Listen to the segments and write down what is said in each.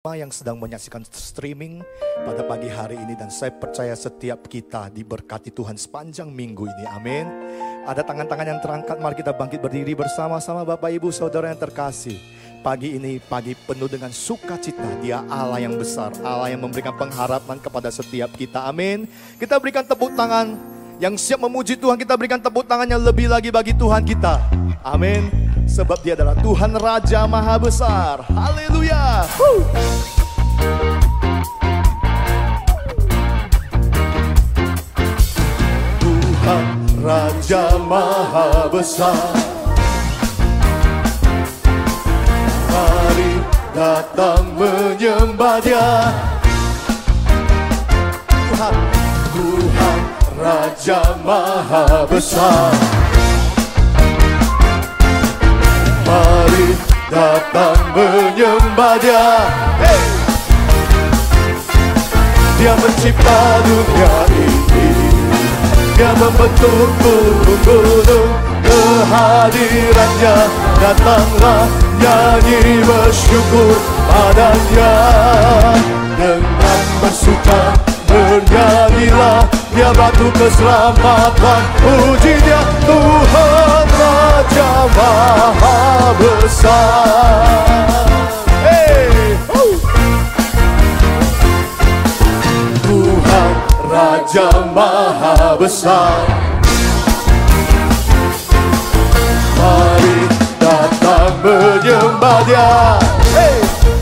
siapa yang sedang menyaksikan streaming pada pagi hari ini. Dan saya percaya setiap kita diberkati Tuhan sepanjang minggu ini. Amin. Ada tangan-tangan yang terangkat, mari kita bangkit berdiri bersama-sama Bapak Ibu Saudara yang terkasih. Pagi ini pagi penuh dengan sukacita. Dia Allah yang besar, Allah yang memberikan pengharapan kepada setiap kita. Amin. Kita berikan tepuk tangan. Yang siap memuji Tuhan, kita berikan tepuk tangannya lebih lagi bagi Tuhan kita. Amin. Sebab Dia adalah Tuhan Raja Maha Besar. Haleluya. Tuhan Raja Maha Besar, mari datang menyembah Dia. Tuhan Raja Maha Besar, mari datang menyembah Dia. Hey! Dia mencipta dunia ini, Dia membentuk gunung-gunung, kehadirannya datanglah, nyanyi bersyukur padanya. Dengan bersuka bernyanyilah, Dia batu keselamatan, puji Dia Tuhan Raja Maha Besar. Hey! Tuhan Raja Maha Besar, mari datang menyembah Dia. Hey!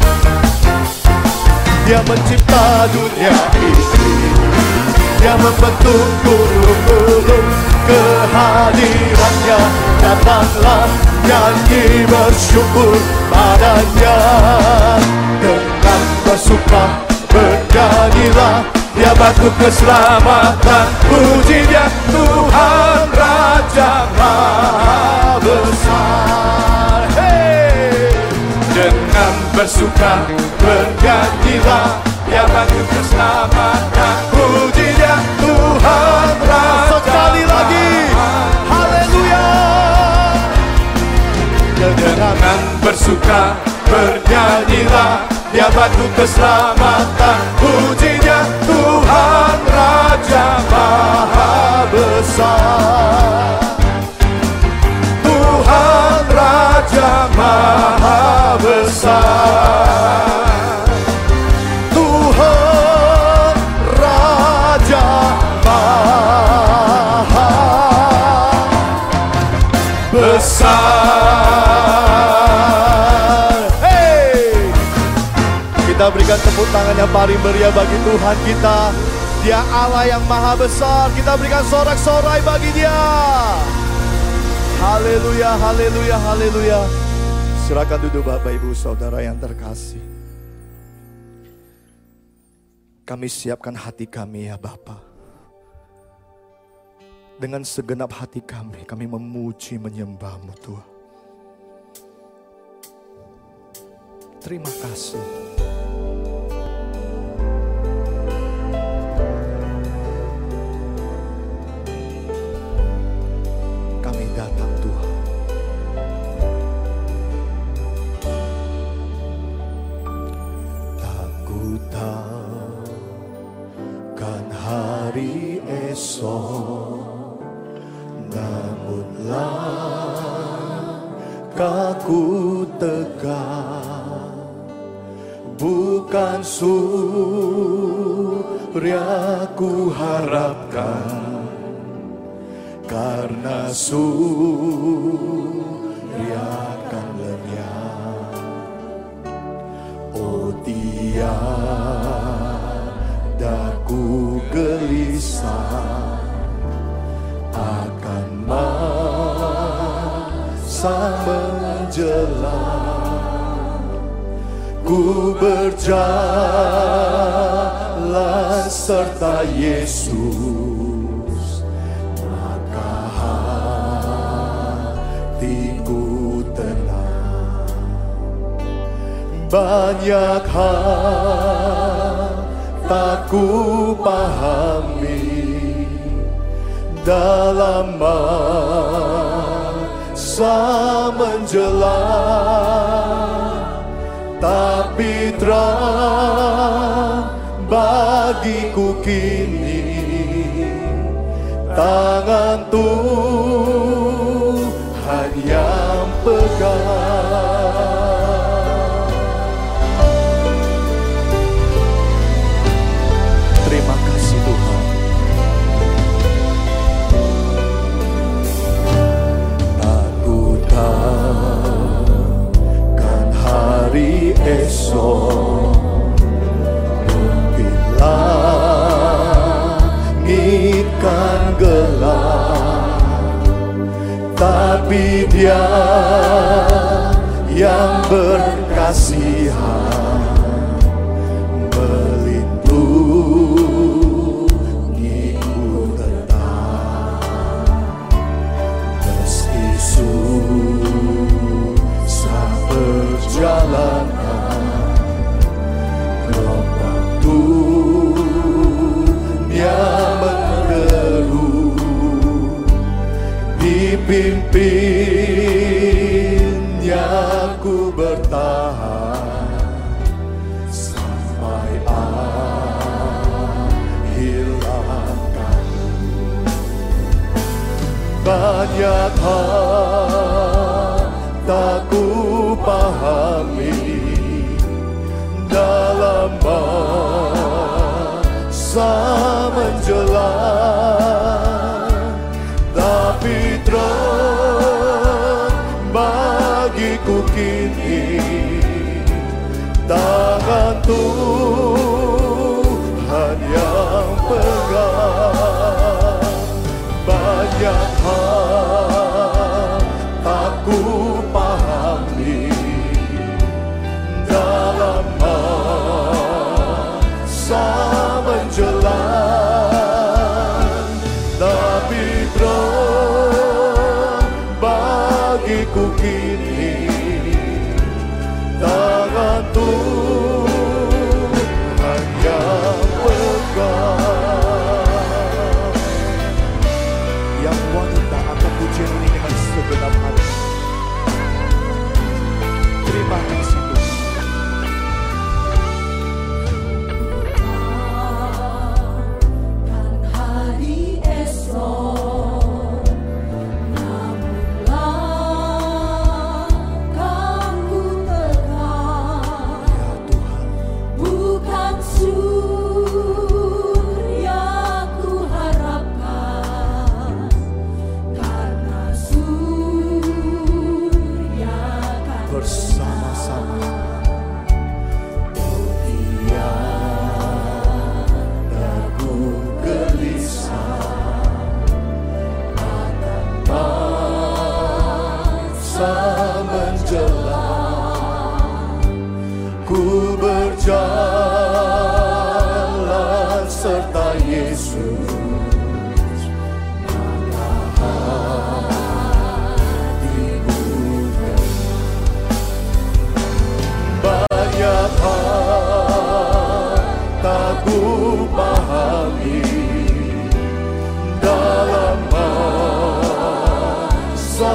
Dia mencipta dunia ini, Dia membentuk gunung-gunung, kehadirannya datanglah, nyanyi bersyukur padanya. Dengan bersuka bernyanyilah, Dia batu keselamatan, puji Dia Tuhan Raja Maha Besar. Hey! Dengan bersuka bernyanyilah, Dia batu keselamatan, puji Dia Tuhan Raja. Sekali lagi, haleluya. Dengan bersuka bernyanyilah, Dia batu keselamatan, puji Dia Tuhan Raja Maha Besar. Tuhan Raja Maha Besar, Tuhan Raja Maha Besar. Hey! Kita berikan tepuk tangan yang paling meriah bagi Tuhan kita. Dia Allah yang Maha Besar. Kita berikan sorak-sorai bagi Dia. Haleluya, haleluya, haleluya. Silakan duduk Bapak Ibu Saudara yang terkasih. Kami siapkan hati kami ya Bapa. Dengan segenap hati kami memuji menyembah-Mu Tuhan. Terima kasih. Kami datang Tuhan. Aku tahu kan hari esok, namun langkahku tegak, bukan surya ku harapkan, karena surya akan lenyap. Oh tiada ku gelisah akan masa menjelang, ku berjalan serta Yesus, maka hatiku tenang. Banyak hal tak ku pahami dalam masa menjelang, tapi terang bagiku kini tangan Tuhan yang pegang. Terima kasih Tuhan. Aku takkan hari esok mungkin langit kan gelap, tapi Dia yang berkasihan melindungiku tetap. Meski susah perjalanan, gelombang dunia menderu, dipimpinnya ku bertahan sampai akhir langkah. Banyak hal tak ku pahami dalam masa menjelang, tapi terang bagiku kini tangan Tuhan yang pegang. Banyak hal tak ku pahami dalam masa menjelang, tapi terang bagiku kini tangan Tuhan yang pegang. Yang wanita akan pujian ini dengan segenap hati. Terima kasih Tuhan. Ku berjalan serta Yesus, mana hatimu banyak hal tak ku pahami dalam masa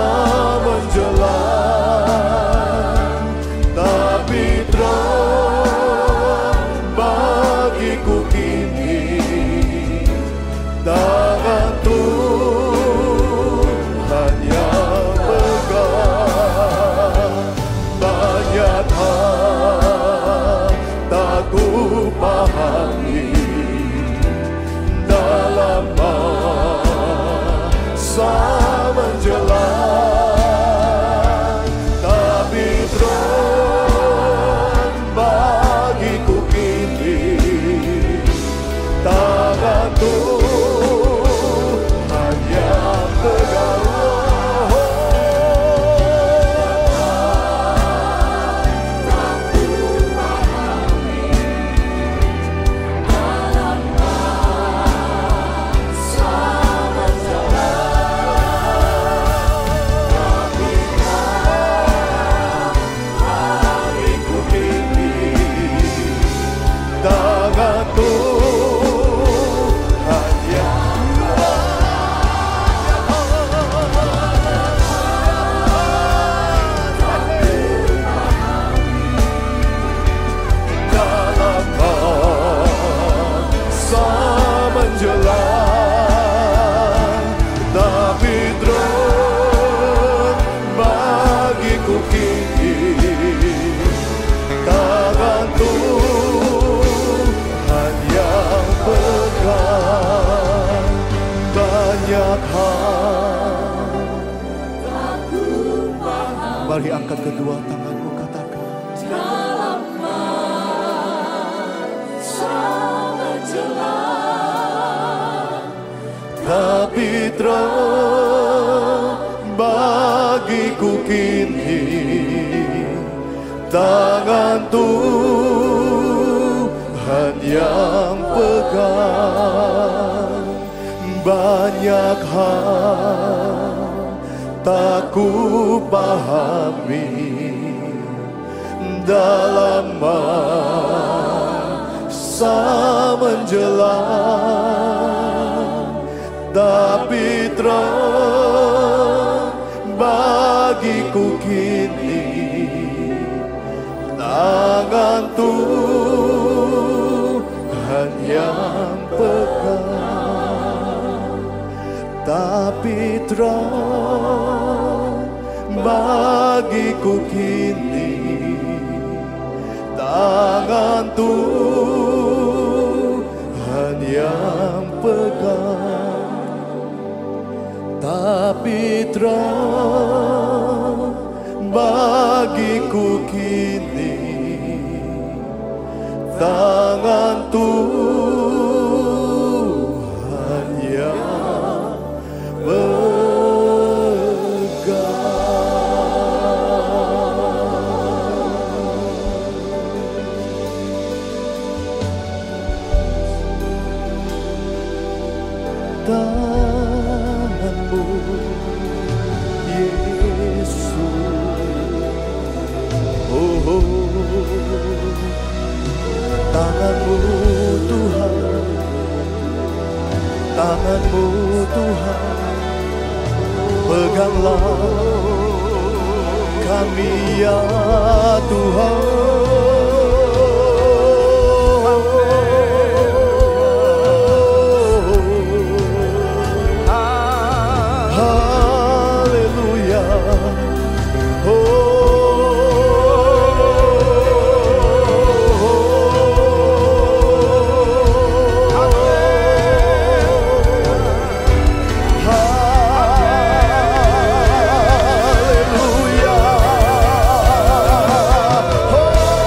menjelang, tapi terang bagiku kini tangan Tuhan yang pegang. Banyak hal tak ku pahami dalam masa menjelang, tapi terang bagiku kini tangan Tuhan yang pegang. Tangan Tuhan banyak hal. Mari angkat kedua tanganmu, katakan. Dalam masa menjelang, Tapi terang bagiku kini tangan Tuhan yang pegang. Banyak hal tak ku pahami dalam masa menjelang, tapi terang bagiku kini tangan Tuhan yang pegang. Tapi terang bagiku kini tangan Tuhan yang pegang. Tapi terang bagiku kini tangan Tuhan yang tanganmu, Yesus. Oh, tanganmu Tuhan, tanganmu Tuhan, peganglah kami ya Tuhan. Oh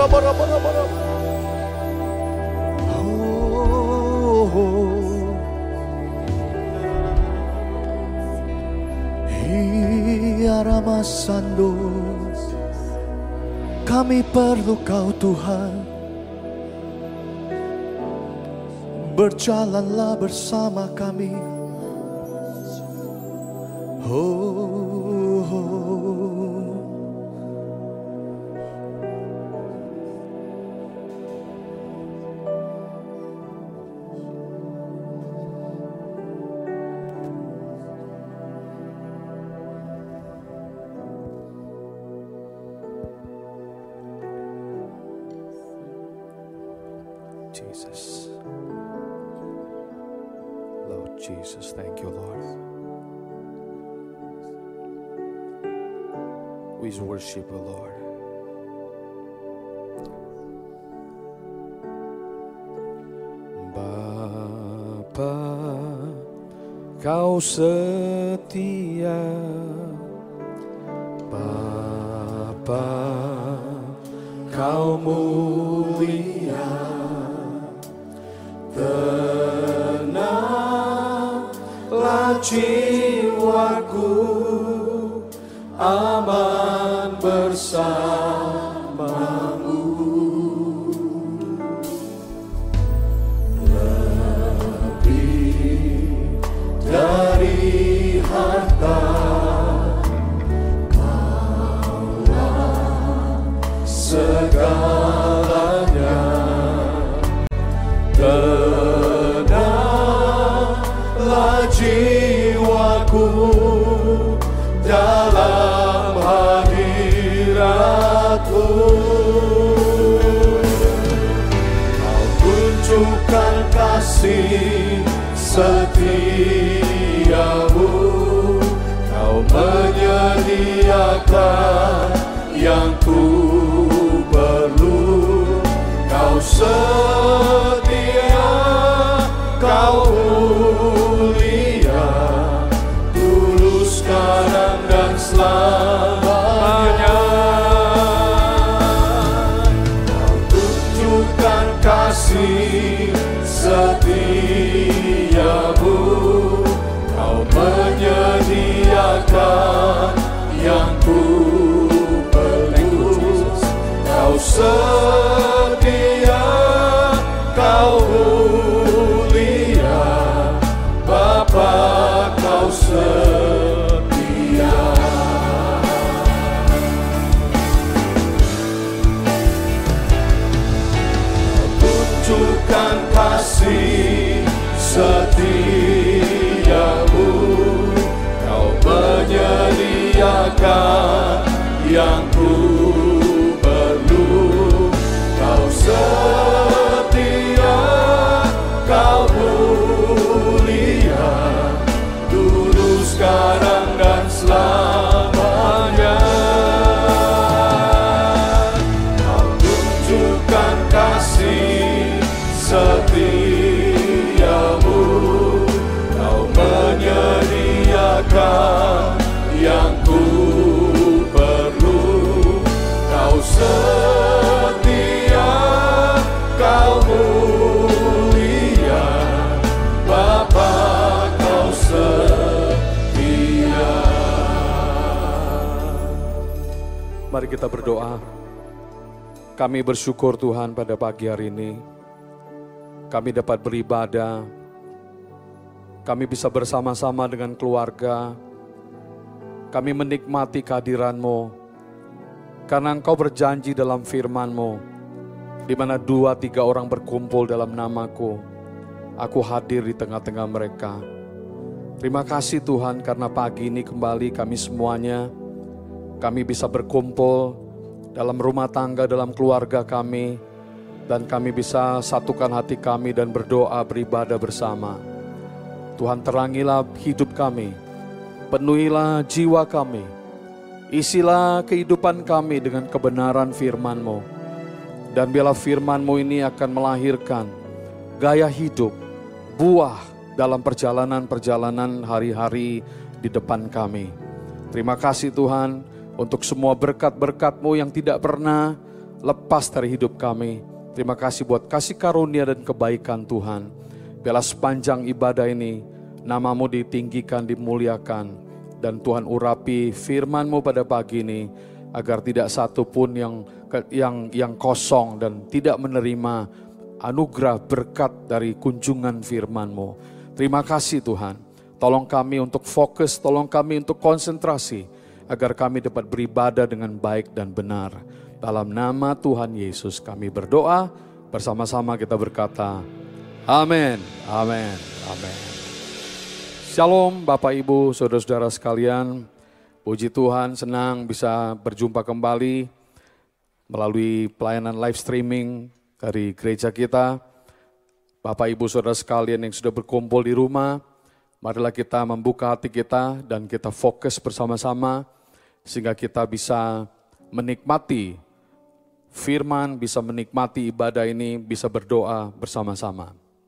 Sandos, kami perlu Kau Tuhan. Berjalanlah bersama kami. Jesus. Lord Jesus, thank you, Lord. We worship you, Lord. Bapa, Kau setia. Bapa, Kau mulia. Tenanglah jiwaku, aman bersamamu. Lebih dari harta, Kaulah segalanya. Tenanglah jiwaku dalam hadiratku. Kau tunjukkan kasih setiamu, Kau menyediakan yang ku perlu. Kau setia, Kau mulia, tulus sekarang dan selamanya. Kau tunjukkan kasih setiamu, Kau menyediakan yang ku perlu. Kau setia, Kau mulia, Bapa Kau setia. Tunjukkan kasih setiamu, Kau menyediakan yang ku perlu. Kau setia, Kau mulia, dulu sekarang dan selamanya. Kau tunjukkan kasih setiamu, Kau menyediakan yang ku perlu. Kau setia, Kau mulia, Bapa Kau setia. Mari kita berdoa. Kami bersyukur Tuhan pada pagi hari ini. Kami dapat beribadah. Kami bisa bersama-sama dengan keluarga. Kami menikmati kehadiran-Mu. Karena Engkau berjanji dalam firman-Mu, di mana 2-3 orang berkumpul dalam nama-Ku, Aku hadir di tengah-tengah mereka. Terima kasih Tuhan karena pagi ini kembali kami semuanya, kami bisa berkumpul dalam rumah tangga, dalam keluarga kami, dan kami bisa satukan hati kami dan berdoa beribadah bersama. Tuhan terangilah hidup kami, penuhilah jiwa kami, isilah kehidupan kami dengan kebenaran firman-Mu. Dan biarlah firman-Mu ini akan melahirkan gaya hidup, buah dalam perjalanan-perjalanan hari-hari di depan kami. Terima kasih Tuhan untuk semua berkat-berkat-Mu yang tidak pernah lepas dari hidup kami. Terima kasih buat kasih karunia dan kebaikan Tuhan. Biarlah sepanjang ibadah ini nama-Mu ditinggikan, dimuliakan. Dan Tuhan urapi firman-Mu pada pagi ini agar tidak satu pun yang kosong dan tidak menerima anugerah berkat dari kunjungan firman-Mu. Terima kasih Tuhan. Tolong kami untuk fokus, tolong kami untuk konsentrasi agar kami dapat beribadah dengan baik dan benar. Dalam nama Tuhan Yesus kami berdoa, bersama-sama kita berkata, amin, amin, amin. Shalom Bapak Ibu, saudara-saudara sekalian. Puji Tuhan, senang bisa berjumpa kembali melalui pelayanan live streaming dari gereja kita. Bapak Ibu saudara sekalian yang sudah berkumpul di rumah, marilah kita membuka hati kita dan kita fokus bersama-sama sehingga kita bisa menikmati firman, bisa menikmati ibadah ini, bisa berdoa bersama-sama.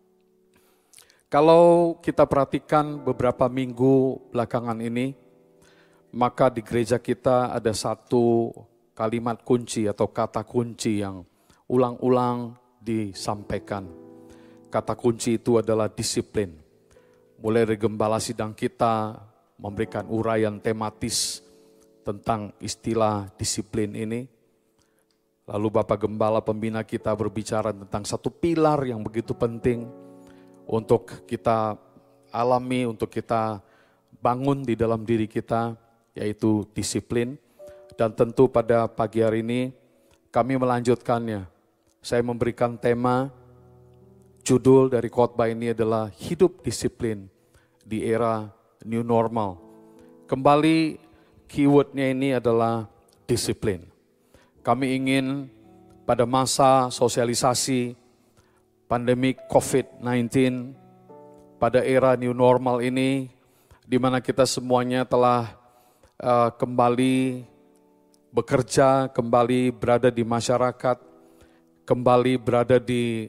Kalau kita perhatikan beberapa minggu belakangan ini, maka di gereja kita ada satu kalimat kunci atau kata kunci yang ulang-ulang disampaikan. Kata kunci itu adalah disiplin. Mulai dari gembala sidang kita memberikan uraian tematis tentang istilah disiplin ini. Lalu Bapak Gembala Pembina kita berbicara tentang satu pilar yang begitu penting untuk kita alami, untuk kita bangun di dalam diri kita, yaitu disiplin. Dan tentu pada pagi hari ini kami melanjutkannya. Saya memberikan tema, judul dari khotbah ini adalah hidup disiplin di era new normal. Kembali keywordnya ini adalah disiplin. Kami ingin pada masa sosialisasi pandemi COVID-19, pada era new normal ini, di mana kita semuanya telah kembali bekerja, kembali berada di masyarakat, kembali berada di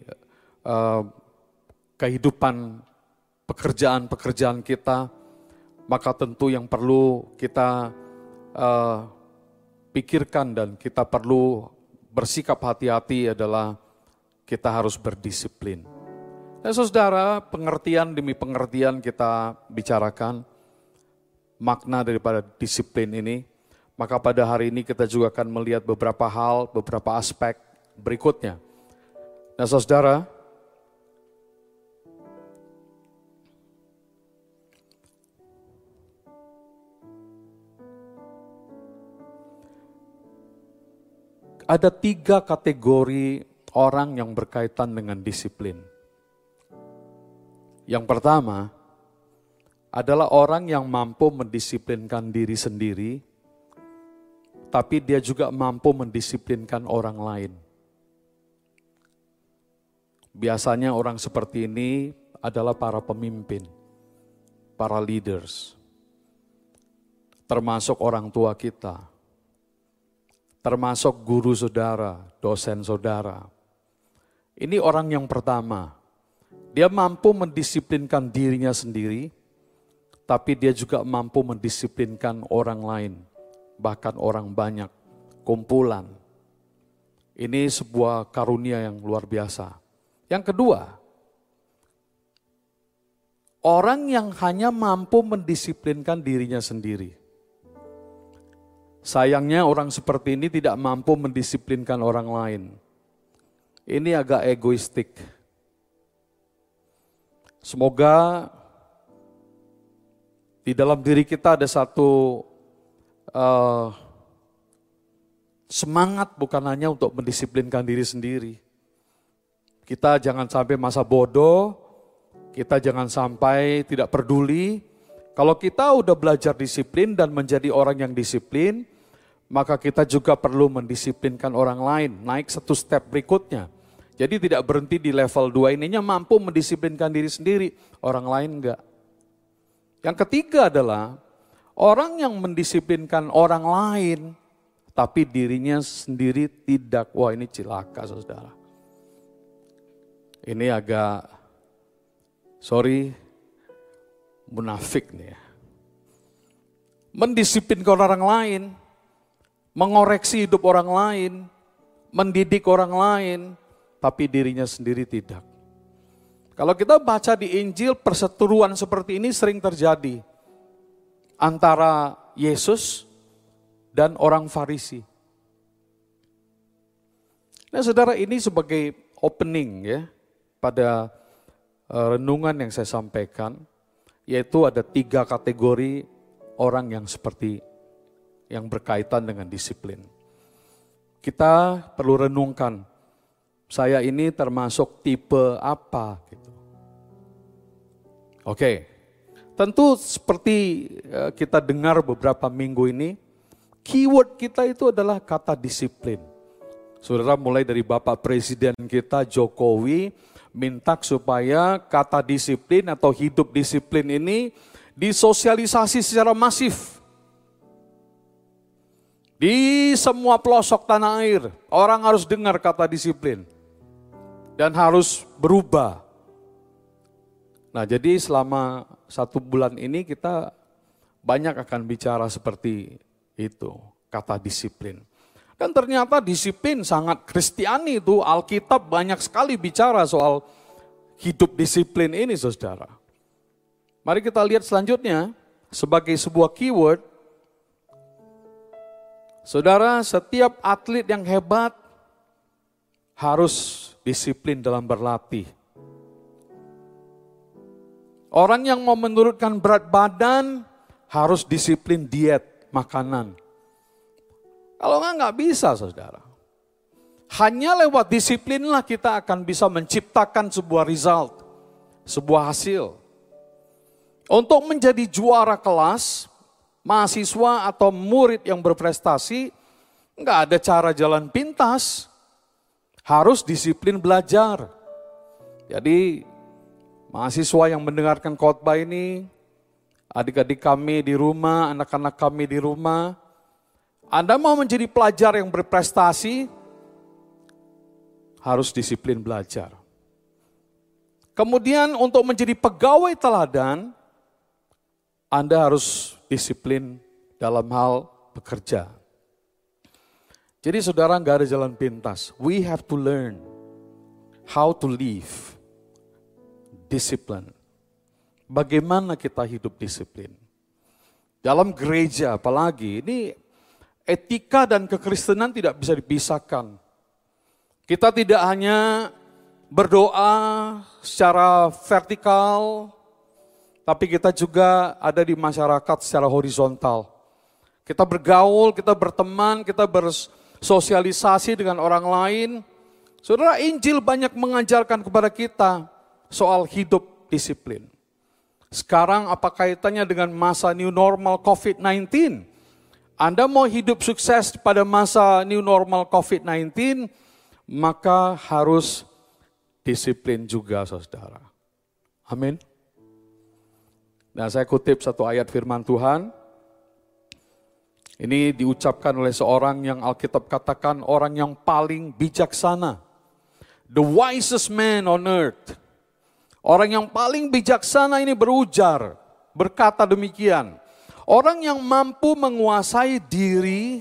kehidupan pekerjaan-pekerjaan kita, maka tentu yang perlu kita pikirkan dan kita perlu bersikap hati-hati adalah kita harus berdisiplin. Dan saudara, pengertian demi pengertian kita bicarakan makna daripada disiplin ini, maka pada hari ini kita juga akan melihat beberapa hal, beberapa aspek berikutnya. Nah saudara, ada 3 kategori orang yang berkaitan dengan disiplin. Yang pertama adalah orang yang mampu mendisiplinkan diri sendiri, tapi dia juga mampu mendisiplinkan orang lain. Biasanya orang seperti ini adalah para pemimpin, para leaders, termasuk orang tua kita, termasuk guru saudara, dosen saudara. Ini orang yang pertama, dia mampu mendisiplinkan dirinya sendiri, tapi dia juga mampu mendisiplinkan orang lain, bahkan orang banyak, kumpulan. Ini sebuah karunia yang luar biasa. Yang kedua, orang yang hanya mampu mendisiplinkan dirinya sendiri. Sayangnya orang seperti ini tidak mampu mendisiplinkan orang lain. Ini agak egoistik. Semoga di dalam diri kita ada satu semangat bukan hanya untuk mendisiplinkan diri sendiri. Kita jangan sampai masa bodoh, kita jangan sampai tidak peduli. Kalau kita udah belajar disiplin dan menjadi orang yang disiplin, maka kita juga perlu mendisiplinkan orang lain, naik satu step berikutnya. Jadi tidak berhenti di level 2, ininya mampu mendisiplinkan diri sendiri, orang lain enggak. Yang ketiga adalah orang yang mendisiplinkan orang lain, tapi dirinya sendiri tidak. Wah, ini cilaka saudara. Ini agak, munafik nih ya. Mendisiplinkan orang lain, mengoreksi hidup orang lain, mendidik orang lain, tapi dirinya sendiri tidak. Kalau kita baca di Injil, perseteruan seperti ini sering terjadi antara Yesus dan orang Farisi. Nah saudara, ini sebagai opening ya pada renungan yang saya sampaikan, yaitu ada 3 kategori orang yang seperti yang berkaitan dengan disiplin. Kita perlu renungkan, saya ini termasuk tipe apa gitu. Oke, tentu seperti kita dengar beberapa minggu ini, keyword kita itu adalah kata disiplin. Saudara, mulai dari Bapak Presiden kita Jokowi minta supaya kata disiplin atau hidup disiplin ini disosialisasi secara masif. Di semua pelosok tanah air, orang harus dengar kata disiplin dan harus berubah. Nah, jadi selama 1 bulan ini kita banyak akan bicara seperti itu, kata disiplin. Dan ternyata disiplin sangat Kristiani itu, Alkitab banyak sekali bicara soal hidup disiplin ini, saudara. Mari kita lihat selanjutnya, sebagai sebuah keyword, saudara, setiap atlet yang hebat harus disiplin dalam berlatih. Orang yang mau menurunkan berat badan harus disiplin diet, makanan. Kalau nggak bisa, saudara. Hanya lewat disiplinlah kita akan bisa menciptakan sebuah result, sebuah hasil. Untuk menjadi juara kelas, mahasiswa atau murid yang berprestasi, nggak ada cara jalan pintas, harus disiplin belajar. Jadi mahasiswa yang mendengarkan khotbah ini, adik-adik kami di rumah, anak-anak kami di rumah, Anda mau menjadi pelajar yang berprestasi, harus disiplin belajar. Kemudian untuk menjadi pegawai teladan, Anda harus disiplin dalam hal bekerja. Jadi saudara, nggak ada jalan pintas. We have to learn how to live discipline. Bagaimana kita hidup disiplin. Dalam gereja apalagi, ini etika dan kekristenan tidak bisa dipisahkan. Kita tidak hanya berdoa secara vertikal, tapi kita juga ada di masyarakat secara horizontal. Kita bergaul, kita berteman, kita bersosialisasi dengan orang lain. Saudara, Injil banyak mengajarkan kepada kita soal hidup disiplin. Sekarang apa kaitannya dengan masa new normal COVID-19? Anda mau hidup sukses pada masa new normal COVID-19, maka harus disiplin juga, saudara. Amin. Nah, saya kutip satu ayat firman Tuhan. Ini diucapkan oleh seorang yang Alkitab katakan orang yang paling bijaksana. The wisest man on earth. Orang yang paling bijaksana ini berujar, berkata demikian. Orang yang mampu menguasai diri,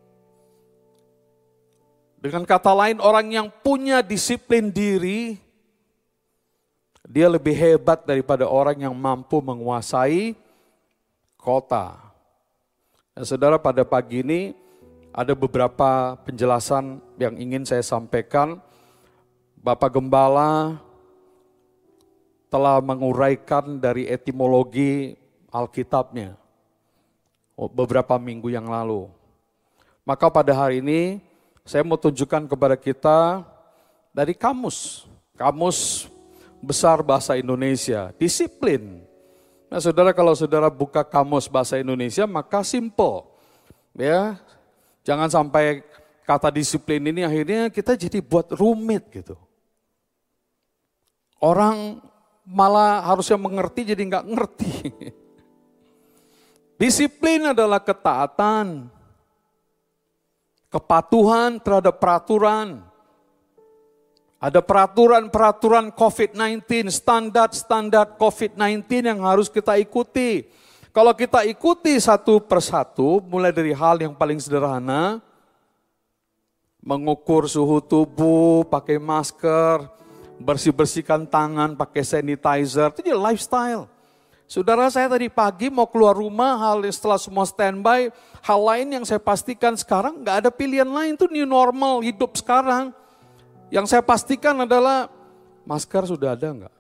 dengan kata lain orang yang punya disiplin diri, dia lebih hebat daripada orang yang mampu menguasai kota. Nah, saudara, pada pagi ini ada beberapa penjelasan yang ingin saya sampaikan. Bapak Gembala telah menguraikan dari etimologi Alkitabnya beberapa minggu yang lalu. Maka pada hari ini saya mau tunjukkan kepada kita dari kamus besar bahasa Indonesia, disiplin. Nah, saudara, kalau saudara buka kamus bahasa Indonesia, maka simple. Ya, jangan sampai kata disiplin ini akhirnya kita jadi buat rumit gitu. Orang malah harusnya mengerti jadi nggak ngerti. Disiplin adalah ketaatan, kepatuhan terhadap peraturan. Ada peraturan-peraturan COVID-19, standar-standar COVID-19 yang harus kita ikuti. Kalau kita ikuti satu persatu, mulai dari hal yang paling sederhana, mengukur suhu tubuh, pakai masker, bersih-bersihkan tangan, pakai sanitizer, itu dia lifestyle. Saudara, saya tadi pagi mau keluar rumah, setelah semua standby, hal lain yang saya pastikan sekarang nggak ada pilihan lain, itu new normal hidup sekarang. Yang saya pastikan adalah masker sudah ada nggak?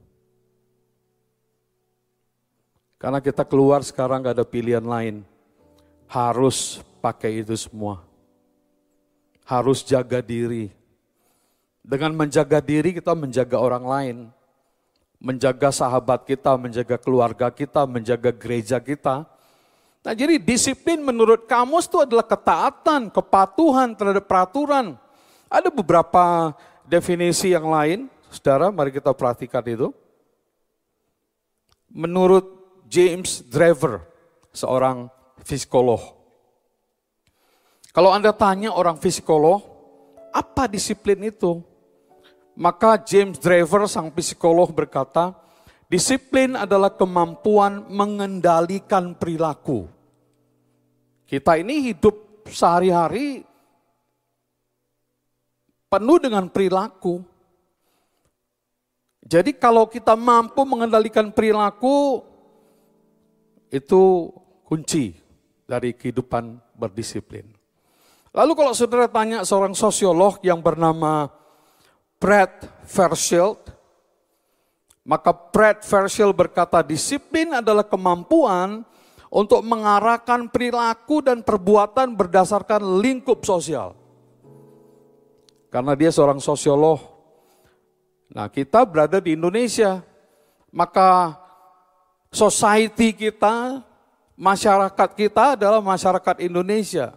Karena kita keluar sekarang nggak ada pilihan lain, harus pakai itu semua. Harus jaga diri. Dengan menjaga diri kita menjaga orang lain. Menjaga sahabat kita, menjaga keluarga kita, menjaga gereja kita. Nah, jadi disiplin menurut kamus itu adalah ketaatan, kepatuhan terhadap peraturan. Ada beberapa definisi yang lain, saudara, mari kita perhatikan itu. Menurut James Driver, seorang psikolog. Kalau Anda tanya orang psikolog, apa disiplin itu? Maka James Driver, sang psikolog berkata, disiplin adalah kemampuan mengendalikan perilaku. Kita ini hidup sehari-hari penuh dengan perilaku. Jadi kalau kita mampu mengendalikan perilaku, itu kunci dari kehidupan berdisiplin. Lalu kalau saudara tanya seorang sosiolog yang bernama Brad Fairchild, maka Brad Fairchild berkata disiplin adalah kemampuan untuk mengarahkan perilaku dan perbuatan berdasarkan lingkup sosial. Karena dia seorang sosiolog. Nah, kita berada di Indonesia, maka society kita, masyarakat kita adalah masyarakat Indonesia.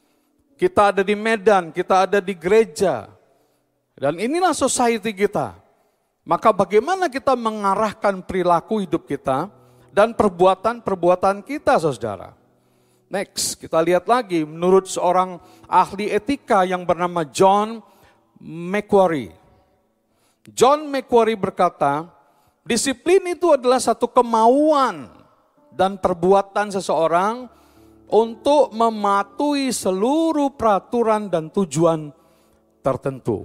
Kita ada di Medan, kita ada di gereja. Dan inilah society kita. Maka bagaimana kita mengarahkan perilaku hidup kita dan perbuatan-perbuatan kita, saudara. Next, kita lihat lagi menurut seorang ahli etika yang bernama John Macquarie. John Macquarie berkata, disiplin itu adalah satu kemauan dan perbuatan seseorang untuk mematuhi seluruh peraturan dan tujuan tertentu.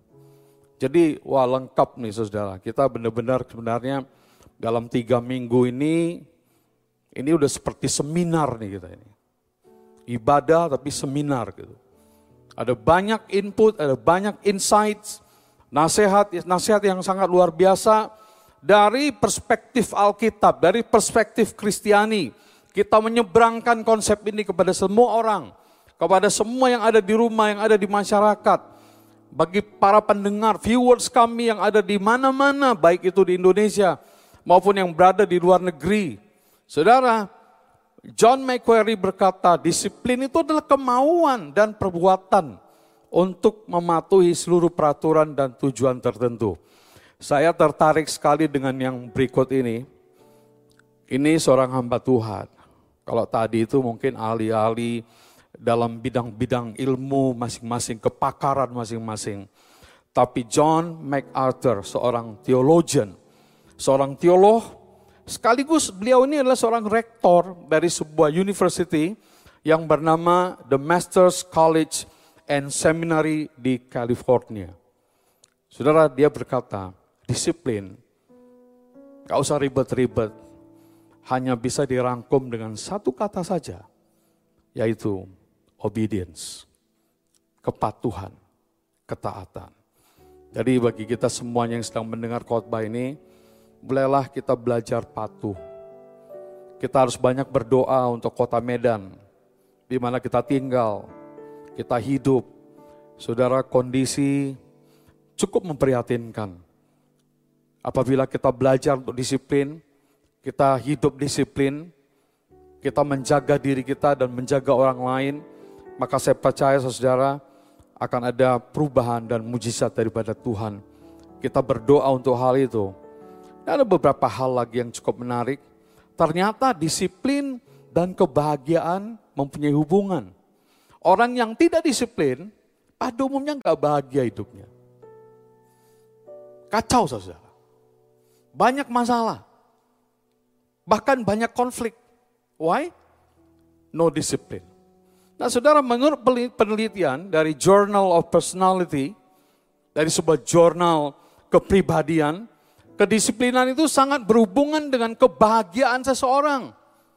Jadi, wah lengkap nih saudara. Kita benar-benar sebenarnya dalam 3 minggu ini udah seperti seminar nih kita ini. Ibadah tapi seminar gitu. Ada banyak input, ada banyak insights, nasihat yang sangat luar biasa dari perspektif Alkitab, dari perspektif Kristiani. Kita menyeberangkan konsep ini kepada semua orang, kepada semua yang ada di rumah, yang ada di masyarakat. Bagi para pendengar, viewers kami yang ada di mana-mana, baik itu di Indonesia maupun yang berada di luar negeri. Saudara, John Macquarie berkata, disiplin itu adalah kemauan dan perbuatan untuk mematuhi seluruh peraturan dan tujuan tertentu. Saya tertarik sekali dengan yang berikut ini. Ini seorang hamba Tuhan. Kalau tadi itu mungkin ahli-ahli dalam bidang-bidang ilmu masing-masing, kepakaran masing-masing. Tapi John MacArthur, seorang theologian, seorang teolog, sekaligus beliau ini adalah seorang rektor dari sebuah university yang bernama The Masters College and Seminary di California. Saudara, dia berkata, disiplin, gak usah ribet-ribet, hanya bisa dirangkum dengan satu kata saja, yaitu obedience, kepatuhan, ketaatan. Jadi bagi kita semuanya yang sedang mendengar khotbah ini, bolehlah kita belajar patuh. Kita harus banyak berdoa untuk kota Medan, di mana kita tinggal, kita hidup. Saudara, kondisi cukup memprihatinkan. Apabila kita belajar untuk disiplin, kita hidup disiplin, kita menjaga diri kita dan menjaga orang lain, maka saya percaya saudara akan ada perubahan dan mujizat daripada Tuhan. Kita berdoa untuk hal itu. Dan ada beberapa hal lagi yang cukup menarik. Ternyata disiplin dan kebahagiaan mempunyai hubungan. Orang yang tidak disiplin, pada umumnya nggak bahagia hidupnya. Kacau saudara. Banyak masalah. Bahkan banyak konflik. Why? No discipline. Nah saudara, menurut penelitian dari Journal of Personality, dari sebuah jurnal kepribadian, kedisiplinan itu sangat berhubungan dengan kebahagiaan seseorang.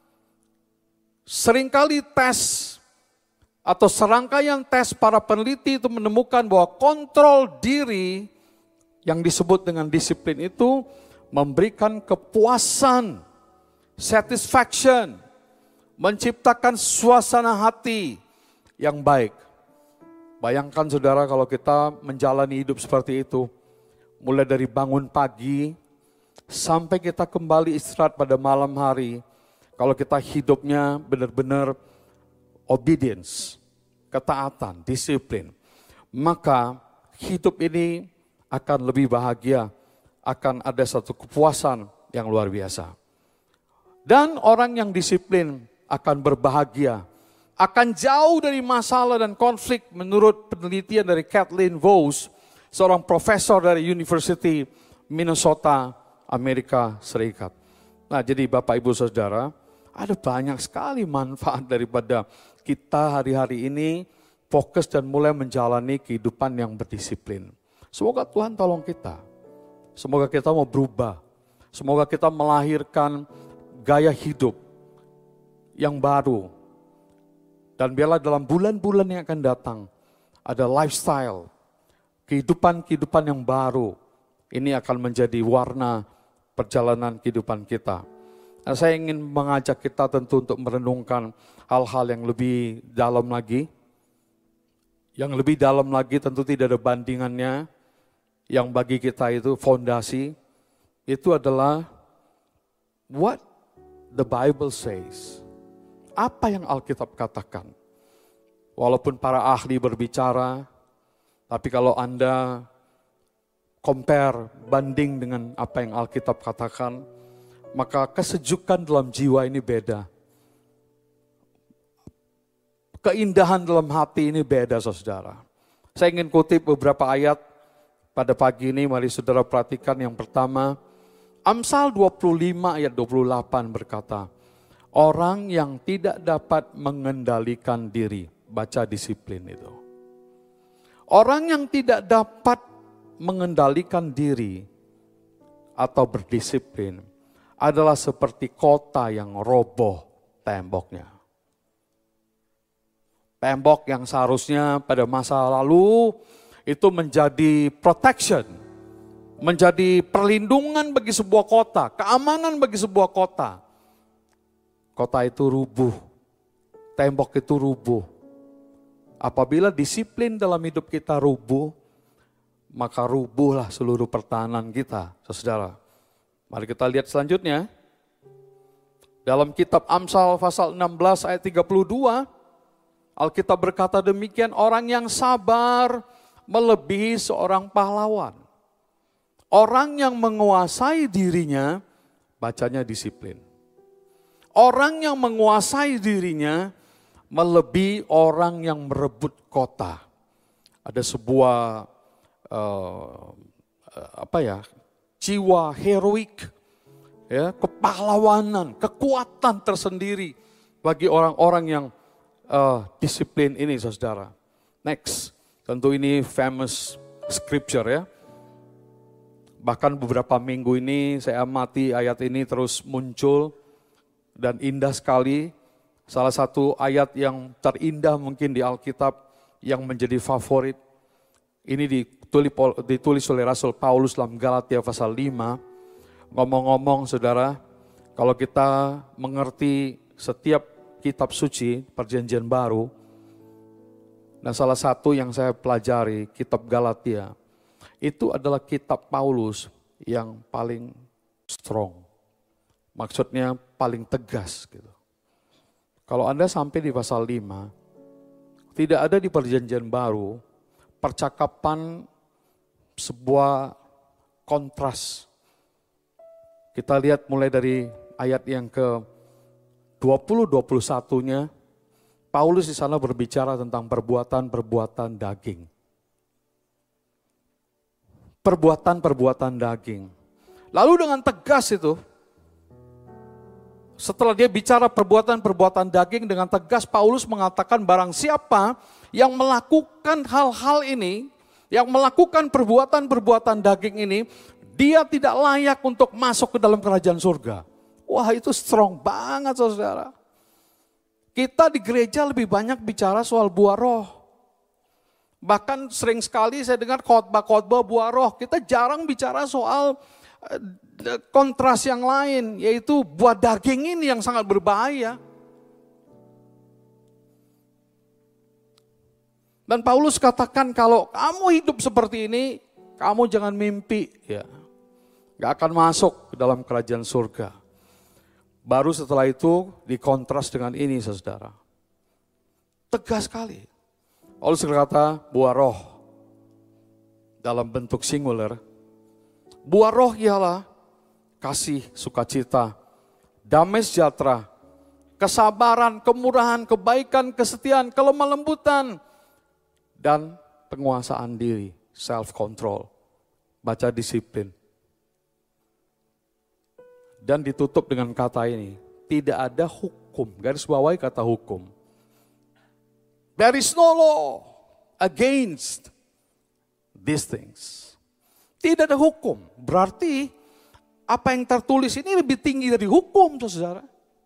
Seringkali tes atau serangkaian tes para peneliti itu menemukan bahwa kontrol diri yang disebut dengan disiplin itu memberikan kepuasan, satisfaction, menciptakan suasana hati yang baik. Bayangkan saudara kalau kita menjalani hidup seperti itu, mulai dari bangun pagi sampai kita kembali istirahat pada malam hari, kalau kita hidupnya benar-benar obedience, ketaatan, disiplin, maka hidup ini akan lebih bahagia, akan ada satu kepuasan yang luar biasa. Dan orang yang disiplin akan berbahagia, akan jauh dari masalah dan konflik menurut penelitian dari Kathleen Vohs, seorang profesor dari University Minnesota, Amerika Serikat. Nah jadi Bapak Ibu Saudara, ada banyak sekali manfaat daripada kita hari-hari ini fokus dan mulai menjalani kehidupan yang berdisiplin. Semoga Tuhan tolong kita, semoga kita mau berubah, semoga kita melahirkan gaya hidup yang baru. Dan biarlah dalam bulan-bulan yang akan datang, ada lifestyle, kehidupan-kehidupan yang baru. Ini akan menjadi warna perjalanan kehidupan kita. Nah, saya ingin mengajak kita tentu untuk merenungkan hal-hal yang lebih dalam lagi. Yang lebih dalam lagi tentu tidak ada bandingannya. Yang bagi kita itu fondasi, itu adalah what the Bible says. Apa yang Alkitab katakan? Walaupun para ahli berbicara, tapi kalau Anda compare, banding dengan apa yang Alkitab katakan, maka kesejukan dalam jiwa ini beda. Keindahan dalam hati ini beda, saudara. Saya ingin kutip beberapa ayat pada pagi ini, mari saudara perhatikan. Yang pertama, Amsal 25 ayat 28 berkata, orang yang tidak dapat mengendalikan diri, baca disiplin itu. Orang yang tidak dapat mengendalikan diri atau berdisiplin adalah seperti kota yang roboh temboknya. Tembok yang seharusnya pada masa lalu itu menjadi protection, menjadi perlindungan bagi sebuah kota, keamanan bagi sebuah kota. Kota itu rubuh, tembok itu rubuh. Apabila disiplin dalam hidup kita rubuh, maka rubuhlah seluruh pertahanan kita, saudara. Mari kita lihat selanjutnya. Dalam kitab Amsal pasal 16 ayat 32, Alkitab berkata demikian, orang yang sabar melebihi seorang pahlawan. Orang yang menguasai dirinya, bacanya disiplin. Orang yang menguasai dirinya melebihi orang yang merebut kota. Ada sebuah jiwa heroik, ya, kepahlawanan, kekuatan tersendiri bagi orang-orang yang disiplin ini, saudara. Next, tentu ini famous scripture ya. Bahkan beberapa minggu ini saya amati ayat ini terus muncul. Dan indah sekali, salah satu ayat yang terindah mungkin di Alkitab yang menjadi favorit. Ini ditulis oleh Rasul Paulus dalam Galatia pasal 5. Ngomong-ngomong saudara, kalau kita mengerti setiap kitab suci perjanjian baru, dan salah satu yang saya pelajari kitab Galatia, itu adalah kitab Paulus yang paling strong. Maksudnya paling tegas gitu. Kalau Anda sampai di pasal 5, tidak ada di perjanjian baru percakapan sebuah kontras. Kita lihat mulai dari ayat yang ke 20-21-nya, Paulus di sana berbicara tentang perbuatan-perbuatan daging. Perbuatan-perbuatan daging. Lalu dengan tegas itu, setelah dia bicara perbuatan-perbuatan daging dengan tegas, Paulus mengatakan barang siapa yang melakukan hal-hal ini, yang melakukan perbuatan-perbuatan daging ini, dia tidak layak untuk masuk ke dalam kerajaan surga. Wah, itu strong banget saudara. Kita di gereja lebih banyak bicara soal buah roh. Bahkan sering sekali saya dengar khotbah-khotbah buah roh. Kita jarang bicara soal kontras yang lain, yaitu buah daging ini yang sangat berbahaya. Dan Paulus katakan kalau kamu hidup seperti ini, kamu jangan mimpi, ya, gak akan masuk ke dalam kerajaan surga. Baru setelah itu dikontras dengan ini, saudara. Tegas sekali. Paulus berkata buah roh dalam bentuk singular. Buah roh ialah kasih, sukacita, damai sejahtera, kesabaran, kemurahan, kebaikan, kesetiaan, kelemah lembutan, dan penguasaan diri, self-control. Baca disiplin. Dan ditutup dengan kata ini, tidak ada hukum, garis bawahi kata hukum. There is no law against these things. Tidak ada hukum, berarti apa yang tertulis ini lebih tinggi dari hukum, saudara.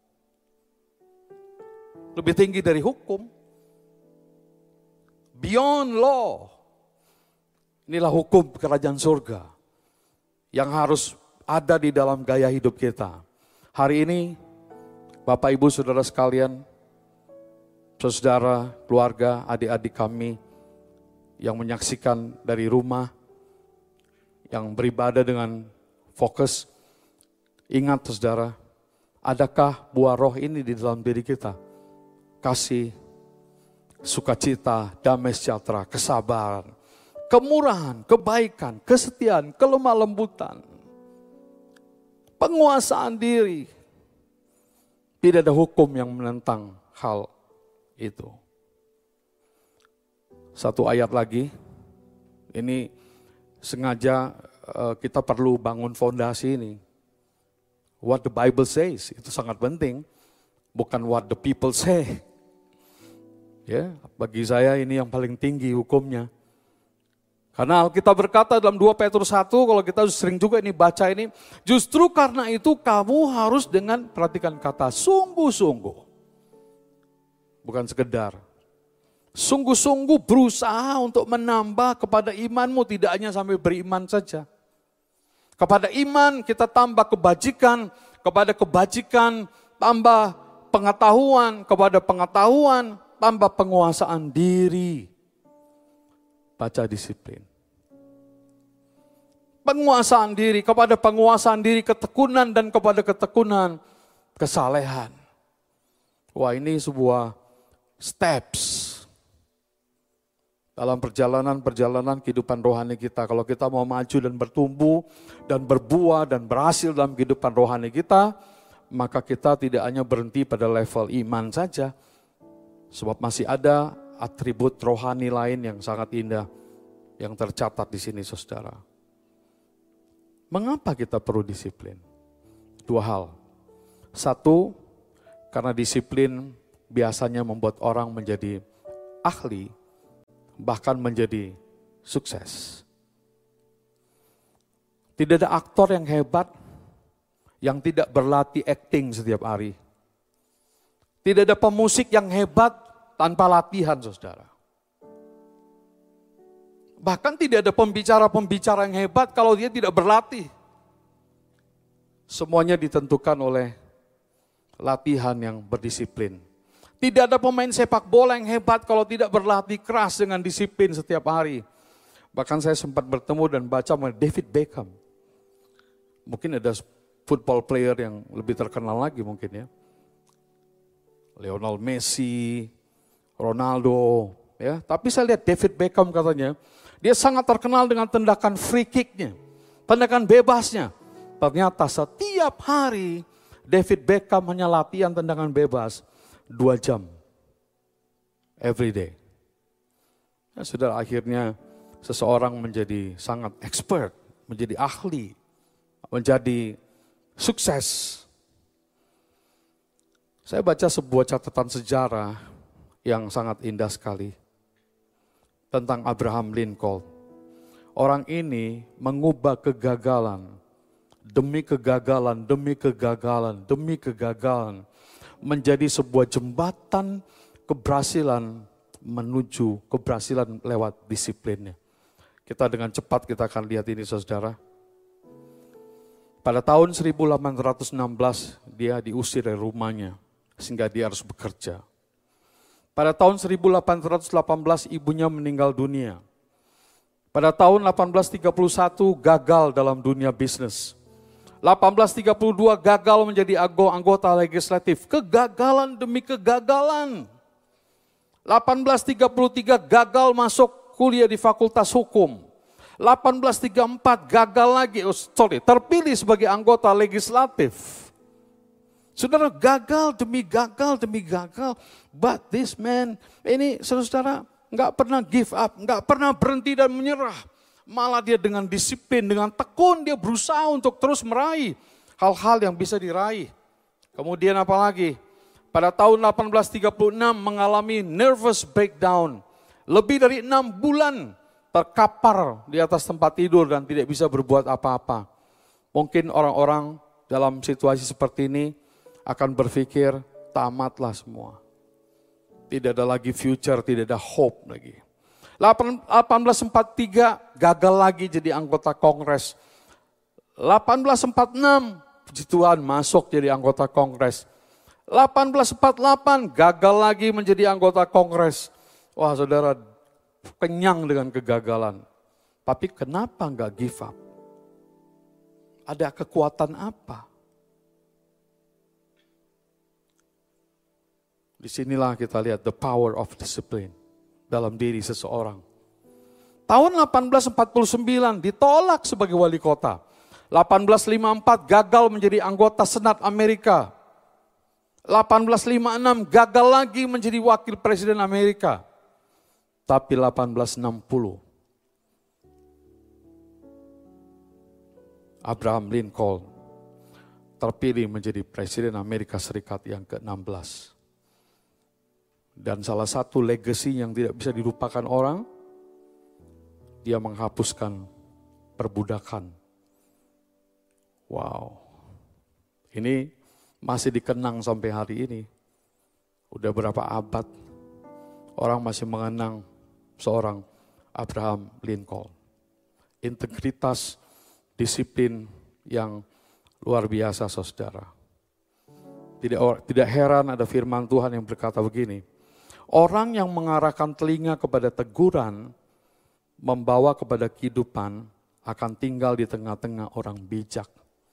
Lebih tinggi dari hukum. Beyond law. Inilah hukum kerajaan surga yang harus ada di dalam gaya hidup kita. Hari ini, Bapak Ibu Saudara sekalian, saudara, keluarga, adik-adik kami yang menyaksikan dari rumah, yang beribadah dengan fokus, ingat saudara, adakah buah roh ini di dalam diri kita? Kasih, sukacita, damai sejahtera, kesabaran, kemurahan, kebaikan, kesetiaan, kelemah lembutan, penguasaan diri. Tidak ada hukum yang menentang hal itu. Satu ayat lagi, ini sengaja kita perlu bangun fondasi ini. What the Bible says, itu sangat penting. Bukan what the people say. Ya, bagi saya ini yang paling tinggi hukumnya. Karena Alkitab berkata dalam 2 Petrus 1, kalau kita sering juga ini baca ini, justru karena itu kamu harus dengan, perhatikan kata, sungguh-sungguh. Bukan sekedar. Sungguh-sungguh berusaha untuk menambah kepada imanmu, tidak hanya sampai beriman saja. Kepada iman kita tambah kebajikan, kepada kebajikan tambah pengetahuan, kepada pengetahuan tambah penguasaan diri. Baca disiplin. Penguasaan diri, kepada penguasaan diri ketekunan, dan kepada ketekunan kesalehan. Wah, ini sebuah steps dalam perjalanan kehidupan rohani kita. Kalau kita mau maju dan bertumbuh dan berbuah dan berhasil dalam kehidupan rohani kita, maka kita tidak hanya berhenti pada level iman saja, sebab masih ada atribut rohani lain yang sangat indah yang tercatat di sini, saudara. Mengapa kita perlu disiplin? Dua hal. Satu, karena disiplin biasanya membuat orang menjadi ahli, bahkan menjadi sukses. Tidak ada aktor yang hebat yang tidak berlatih acting setiap hari. Tidak ada pemusik yang hebat tanpa latihan, saudara. Bahkan tidak ada pembicara-pembicara yang hebat kalau dia tidak berlatih. Semuanya ditentukan oleh latihan yang berdisiplin. Tidak ada pemain sepak bola yang hebat kalau tidak berlatih keras dengan disiplin setiap hari. Bahkan saya sempat bertemu dan baca mengenai David Beckham. Mungkin ada football player yang lebih terkenal lagi mungkin ya. Lionel Messi, Ronaldo, ya. Tapi saya lihat David Beckham katanya, dia sangat terkenal dengan tendakan free kick-nya, tendakan bebasnya. Ternyata setiap hari David Beckham hanya latihan tendangan bebas 2 jam. Every day. Ya, sudah akhirnya seseorang menjadi sangat expert, menjadi ahli, menjadi sukses. Saya baca sebuah catatan sejarah yang sangat indah sekali tentang Abraham Lincoln. Orang ini mengubah kegagalan demi kegagalan, demi kegagalan, demi kegagalan menjadi sebuah jembatan keberhasilan menuju keberhasilan lewat disiplinnya. Kita dengan cepat kita akan lihat ini saudara. Pada tahun 1816 dia diusir dari rumahnya sehingga dia harus bekerja. Pada tahun 1818 ibunya meninggal dunia. Pada tahun 1831 gagal dalam dunia bisnis. 1832 gagal menjadi anggota legislatif. Kegagalan demi kegagalan. 1833 gagal masuk kuliah di Fakultas Hukum. 1834 gagal lagi, terpilih sebagai anggota legislatif. Saudara, gagal demi gagal demi gagal. But this man, ini saudara nggak pernah give up, nggak pernah berhenti dan menyerah. Malah dia dengan disiplin, dengan tekun dia berusaha untuk terus meraih hal-hal yang bisa diraih. Kemudian apa lagi? Pada tahun 1836 mengalami nervous breakdown. Lebih dari 6 bulan terkapar di atas tempat tidur dan tidak bisa berbuat apa-apa. Mungkin orang-orang dalam situasi seperti ini akan berpikir tamatlah semua. Tidak ada lagi future, tidak ada hope lagi. 1843 gagal lagi jadi anggota Kongres. 1846 puji Tuhan masuk jadi anggota Kongres. 1848 gagal lagi menjadi anggota Kongres. Wah saudara, kenyang dengan kegagalan. Tapi kenapa enggak give up? Ada kekuatan apa? Disinilah kita lihat the power of discipline dalam diri seseorang. Tahun 1849 ditolak sebagai wali kota. 1854 gagal menjadi anggota Senat Amerika. 1856 gagal lagi menjadi wakil presiden Amerika. Tapi 1860 Abraham Lincoln terpilih menjadi presiden Amerika Serikat yang ke-16. Dan salah satu legacy yang tidak bisa dilupakan orang, dia menghapuskan perbudakan. Wow, ini masih dikenang sampai hari ini. Udah berapa abad, orang masih mengenang seorang Abraham Lincoln. Integritas, disiplin yang luar biasa saudara. Tidak heran ada firman Tuhan yang berkata begini, orang yang mengarahkan telinga kepada teguran, membawa kepada kehidupan, akan tinggal di tengah-tengah orang bijak.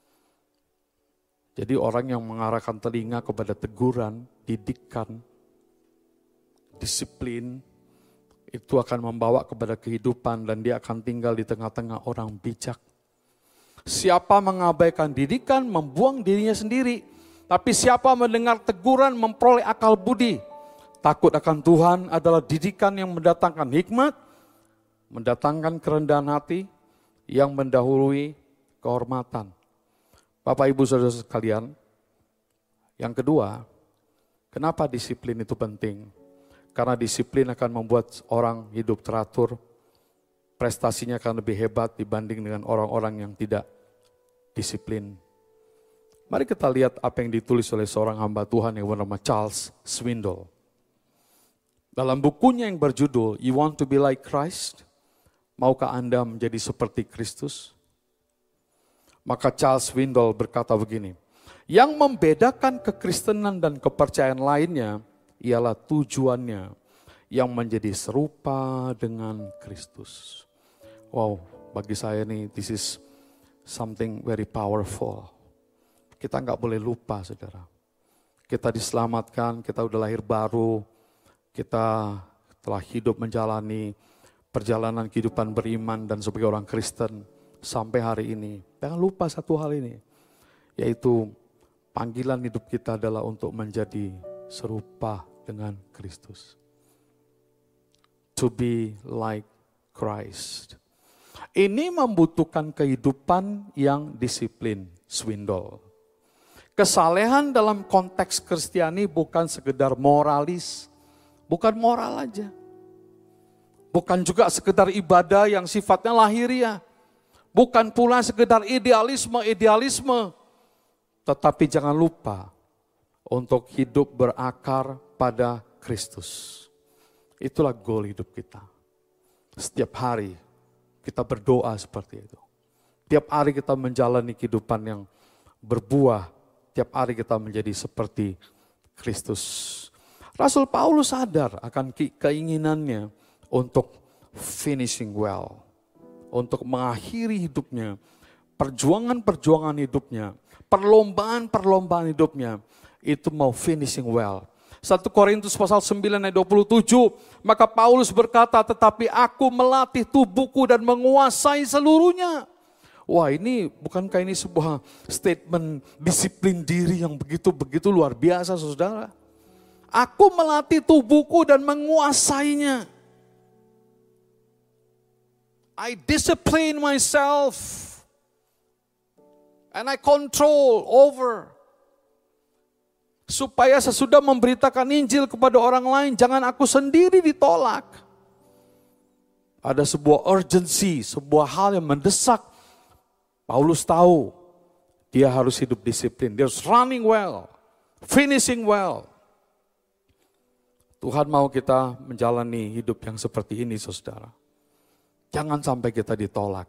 Jadi orang yang mengarahkan telinga kepada teguran, didikan, disiplin, itu akan membawa kepada kehidupan dan dia akan tinggal di tengah-tengah orang bijak. Siapa mengabaikan didikan, membuang dirinya sendiri. Tapi siapa mendengar teguran, memperoleh akal budi. Takut akan Tuhan adalah didikan yang mendatangkan hikmat, mendatangkan kerendahan hati, yang mendahului kehormatan. Bapak Ibu Saudara sekalian, yang kedua, kenapa disiplin itu penting? Karena disiplin akan membuat orang hidup teratur, prestasinya akan lebih hebat dibanding dengan orang-orang yang tidak disiplin. Mari kita lihat apa yang ditulis oleh seorang hamba Tuhan yang bernama Charles Swindoll. Dalam bukunya yang berjudul You Want to Be Like Christ? Maukah Anda menjadi seperti Kristus? Maka Charles Swindoll berkata begini, yang membedakan kekristenan dan kepercayaan lainnya ialah tujuannya yang menjadi serupa dengan Kristus. Wow, bagi saya nih, this is something very powerful. Kita nggak boleh lupa, saudara. Kita diselamatkan, kita udah lahir baru, kita telah hidup menjalani perjalanan kehidupan beriman dan sebagai orang Kristen sampai hari ini. Jangan lupa satu hal ini, yaitu panggilan hidup kita adalah untuk menjadi serupa dengan Kristus. To be like Christ. Ini membutuhkan kehidupan yang disiplin, Swindoll. Kesalehan dalam konteks Kristiani bukan sekedar moralis, bukan moral aja. Bukan juga sekedar ibadah yang sifatnya lahiriah. Bukan pula sekedar idealisme. Tetapi jangan lupa untuk hidup berakar pada Kristus. Itulah goal hidup kita. Setiap hari kita berdoa seperti itu. Tiap hari kita menjalani kehidupan yang berbuah. Tiap hari kita menjadi seperti Kristus. Rasul Paulus sadar akan keinginannya untuk finishing well. Untuk mengakhiri hidupnya. Perjuangan-perjuangan hidupnya. Perlombaan-perlombaan hidupnya. Itu mau finishing well. 1 Korintus pasal 9 ayat 27, maka Paulus berkata, tetapi aku melatih tubuhku dan menguasai seluruhnya. Wah, ini bukankah ini sebuah statement disiplin diri yang begitu luar biasa, saudara? Aku melatih tubuhku dan menguasainya. I discipline myself and I control over. Supaya sesudah memberitakan Injil kepada orang lain, jangan aku sendiri ditolak. Ada sebuah urgency, sebuah hal yang mendesak. Paulus tahu, dia harus hidup disiplin. Dia harus running well, finishing well. Tuhan mau kita menjalani hidup yang seperti ini, saudara. Jangan sampai kita ditolak.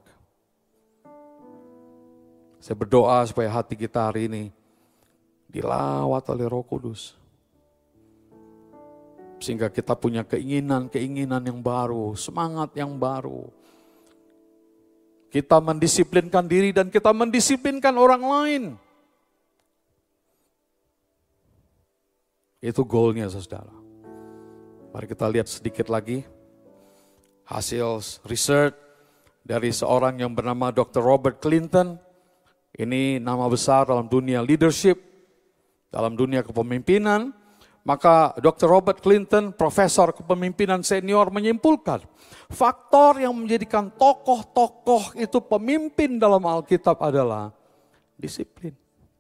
Saya berdoa supaya hati kita hari ini dilawat oleh Roh Kudus. Sehingga kita punya keinginan yang baru, semangat yang baru. Kita mendisiplinkan diri dan kita mendisiplinkan orang lain. Itu goalnya, saudara. Mari kita lihat sedikit lagi hasil research dari seorang yang bernama Dr. Robert Clinton. Ini nama besar dalam dunia leadership, dalam dunia kepemimpinan. Maka Dr. Robert Clinton, profesor kepemimpinan senior, menyimpulkan faktor yang menjadikan tokoh-tokoh itu pemimpin dalam Alkitab adalah disiplin.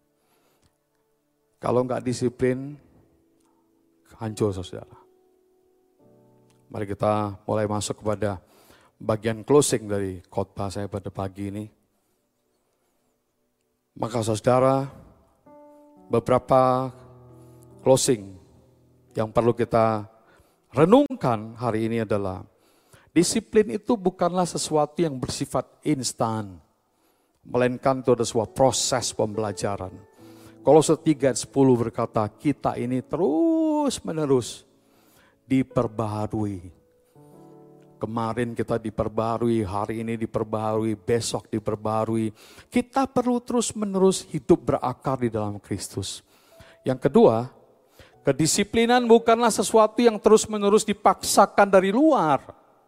Kalau enggak disiplin, hancur, saudara. Mari kita mulai masuk kepada bagian closing dari khotbah saya pada pagi ini. Maka saudara, beberapa closing yang perlu kita renungkan hari ini adalah disiplin itu bukanlah sesuatu yang bersifat instan, melainkan itu ada sebuah proses pembelajaran. Kolose 3 ayat 10 berkata, kita ini terus menerus diperbaharui. Kemarin kita diperbaharui, hari ini diperbaharui, besok diperbaharui. Kita perlu terus menerus hidup berakar di dalam Kristus. Yang kedua, kedisiplinan bukanlah sesuatu yang terus menerus dipaksakan dari luar.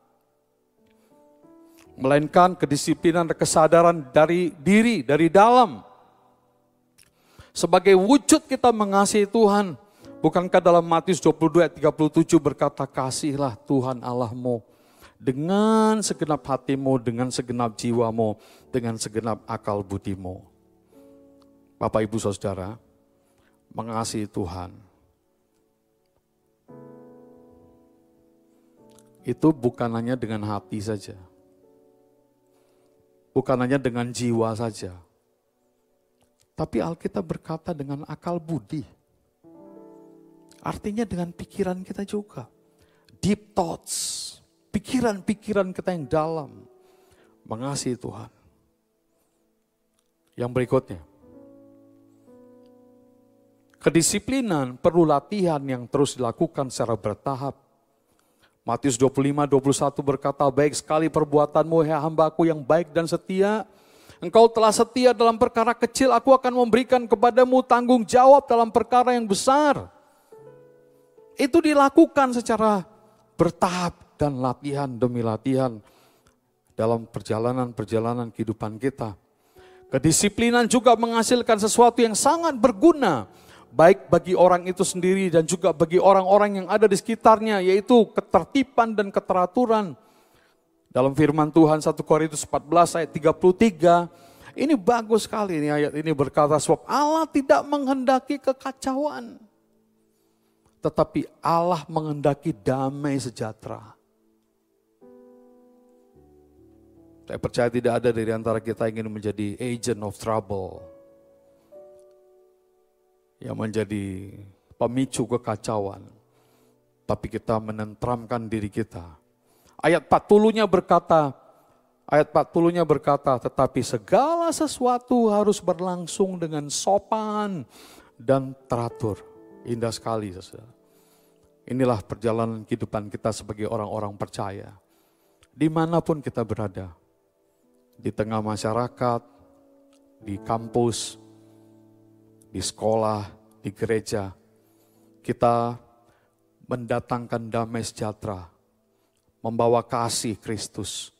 Melainkan kedisiplinan dan kesadaran dari diri, dari dalam. Sebagai wujud kita mengasihi Tuhan. Bukankah dalam Matius 22 ayat 37 berkata, kasihilah Tuhan Allahmu dengan segenap hatimu, dengan segenap jiwamu, dengan segenap akal budimu. Bapak, Ibu, Saudara, mengasihi Tuhan itu bukan hanya dengan hati saja, bukan hanya dengan jiwa saja, tapi Alkitab berkata dengan akal budi. Artinya dengan pikiran kita juga. Deep thoughts, pikiran-pikiran kita yang dalam, mengasihi Tuhan. Yang berikutnya, kedisiplinan perlu latihan yang terus dilakukan secara bertahap. Matius 25:21 berkata, baik sekali perbuatanmu, hai hambaku yang baik dan setia. Engkau telah setia dalam perkara kecil, aku akan memberikan kepadamu tanggung jawab dalam perkara yang besar. Itu dilakukan secara bertahap dan latihan demi latihan dalam perjalanan-perjalanan kehidupan kita. Kedisiplinan juga menghasilkan sesuatu yang sangat berguna, baik bagi orang itu sendiri dan juga bagi orang-orang yang ada di sekitarnya, yaitu ketertiban dan keteraturan. Dalam firman Tuhan 1 Korintus 14 ayat 33, Ini bagus sekali ini ayat ini berkata, sebab Allah tidak menghendaki kekacauan, tetapi Allah menghendaki damai sejahtera. Saya percaya tidak ada dari antara kita ingin menjadi agent of trouble, yang menjadi pemicu kekacauan. Tapi kita menentramkan diri kita. Ayat 40-nya berkata, tetapi segala sesuatu harus berlangsung dengan sopan dan teratur. Indah sekali, saudara. Inilah perjalanan kehidupan kita sebagai orang-orang percaya. Dimanapun kita berada, di tengah masyarakat, di kampus, di sekolah, di gereja, kita mendatangkan damai sejahtera, membawa kasih Kristus,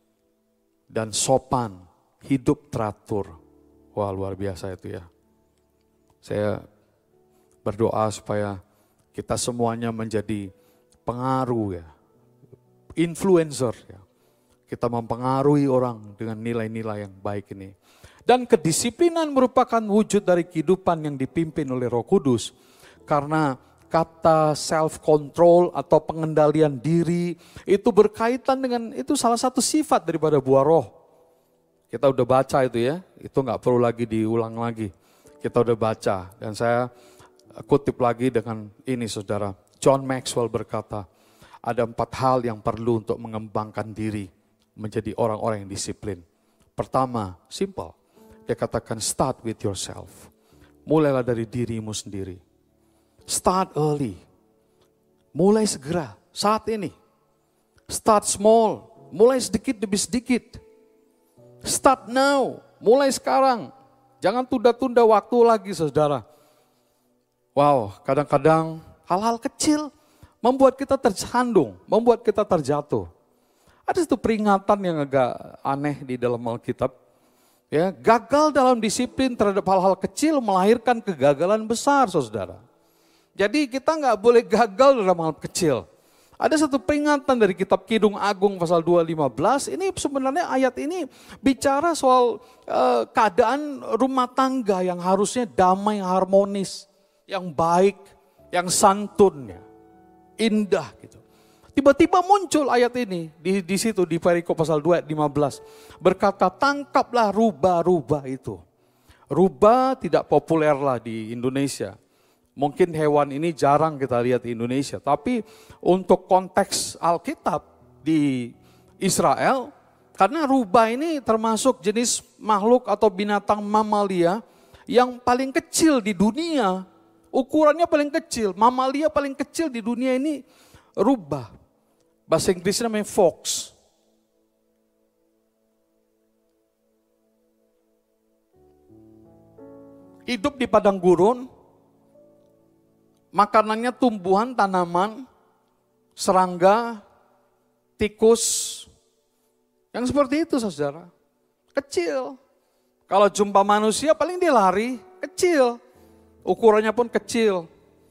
dan sopan, hidup teratur. Wah, luar biasa itu ya. Saya berdoa supaya kita semuanya menjadi pengaruh ya, influencer ya. Kita mempengaruhi orang dengan nilai-nilai yang baik ini. Dan kedisiplinan merupakan wujud dari kehidupan yang dipimpin oleh Roh Kudus. Karena kata self-control atau pengendalian diri itu berkaitan dengan, itu salah satu sifat daripada buah roh. Kita udah baca itu ya, itu gak perlu lagi diulang lagi. Kita udah baca, dan saya kutip lagi dengan ini saudara. John Maxwell berkata, ada 4 hal yang perlu untuk mengembangkan diri menjadi orang-orang yang disiplin. Pertama, simple. Dia katakan start with yourself. Mulailah dari dirimu sendiri. Start early. Mulai segera, saat ini. Start small, mulai sedikit demi sedikit. Start now, mulai sekarang. Jangan tunda-tunda waktu lagi saudara. Wow, kadang-kadang hal-hal kecil membuat kita tersandung, membuat kita terjatuh. Ada satu peringatan yang agak aneh di dalam Alkitab. Ya, gagal dalam disiplin terhadap hal-hal kecil melahirkan kegagalan besar, saudara. Jadi kita nggak boleh gagal dalam hal kecil. Ada satu peringatan dari kitab Kidung Agung pasal 2:15. Ini sebenarnya ayat ini bicara soal keadaan rumah tangga yang harusnya damai, harmonis, yang baik, yang santun, indah gitu. Tiba-tiba muncul ayat ini di situ di perikop pasal 2 ayat 15. Berkata, tangkaplah rubah-rubah itu. Rubah tidak populer lah di Indonesia. Mungkin hewan ini jarang kita lihat di Indonesia. Tapi untuk konteks Alkitab di Israel, karena rubah ini termasuk jenis makhluk atau binatang mamalia yang paling kecil di dunia. Ukurannya paling kecil, mamalia paling kecil di dunia ini rubah. Bahasa Inggrisnya namanya fox. Hidup di padang gurun, makanannya tumbuhan, tanaman, serangga, tikus, yang seperti itu saudara. Kecil. Kalau jumpa manusia paling dia lari, kecil. Ukurannya pun kecil.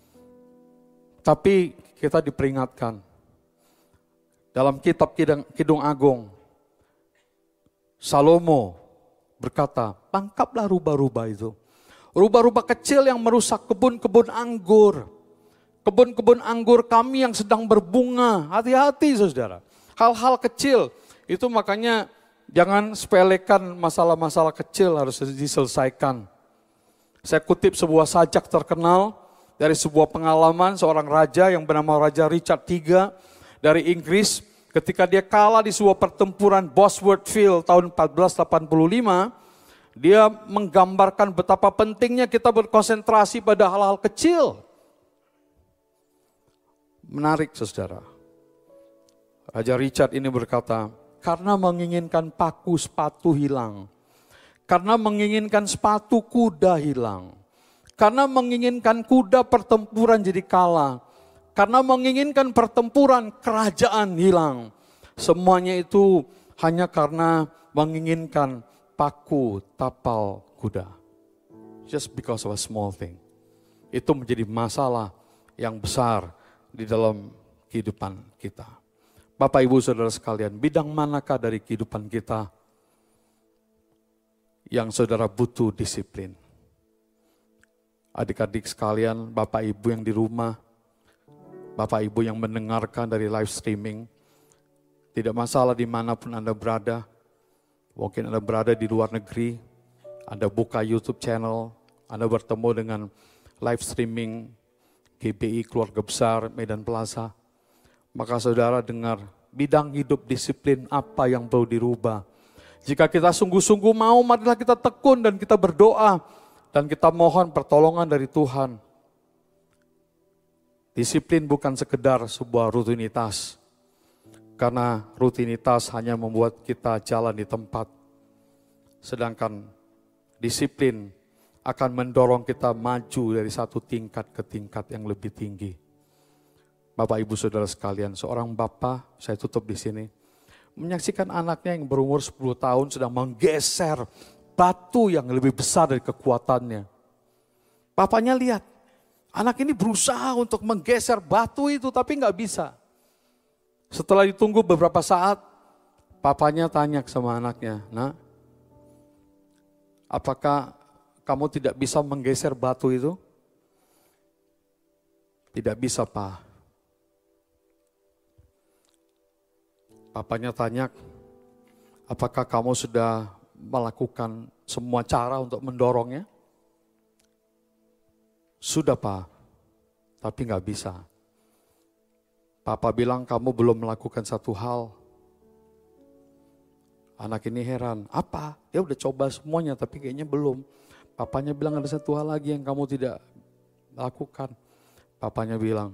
Tapi kita diperingatkan. Dalam kitab Kidung Agung, Salomo berkata, tangkaplah rubah-rubah itu. Rubah-rubah kecil yang merusak kebun-kebun anggur. Kebun-kebun anggur kami yang sedang berbunga. Hati-hati saudara. Hal-hal kecil, itu makanya jangan sepelekan masalah-masalah kecil harus diselesaikan. Saya kutip sebuah sajak terkenal dari sebuah pengalaman seorang raja yang bernama Raja Richard III dari Inggris. Ketika dia kalah di sebuah pertempuran Bosworth Field tahun 1485, dia menggambarkan betapa pentingnya kita berkonsentrasi pada hal-hal kecil. Menarik saudara. Raja Richard ini berkata, karena menginginkan paku sepatu hilang, karena menginginkan sepatu kuda hilang, karena menginginkan kuda pertempuran jadi kalah, karena menginginkan pertempuran kerajaan hilang. Semuanya itu hanya karena menginginkan paku tapal kuda. Just because of a small thing. Itu menjadi masalah yang besar di dalam kehidupan kita. Bapak Ibu Saudara sekalian, bidang manakah dari kehidupan kita yang saudara butuh disiplin. Adik-adik sekalian, Bapak Ibu yang di rumah, Bapak Ibu yang mendengarkan dari live streaming, tidak masalah dimanapun Anda berada, mungkin Anda berada di luar negeri, Anda buka YouTube channel, Anda bertemu dengan live streaming GBI Keluarga Besar Medan Plaza, maka saudara dengar bidang hidup disiplin apa yang perlu dirubah. Jika kita sungguh-sungguh mau, marilah kita tekun dan kita berdoa dan kita mohon pertolongan dari Tuhan. Disiplin bukan sekedar sebuah rutinitas, karena rutinitas hanya membuat kita jalan di tempat. Sedangkan disiplin akan mendorong kita maju dari satu tingkat ke tingkat yang lebih tinggi. Bapak Ibu Saudara sekalian, seorang bapak, saya tutup di sini, menyaksikan anaknya yang berumur 10 tahun sedang menggeser batu yang lebih besar dari kekuatannya. Papanya lihat, anak ini berusaha untuk menggeser batu itu tapi nggak bisa. Setelah ditunggu beberapa saat, papanya tanya sama anaknya, "Nak, apakah kamu tidak bisa menggeser batu itu?" "Tidak bisa, Pak." Papanya tanya, "Apakah kamu sudah melakukan semua cara untuk mendorongnya?" "Sudah, Pak, tapi nggak bisa." Papa bilang, "Kamu belum melakukan satu hal." Anak ini heran, "Apa?" Dia udah coba semuanya tapi kayaknya belum. Papanya bilang, "Ada satu hal lagi yang kamu tidak lakukan." Papanya bilang,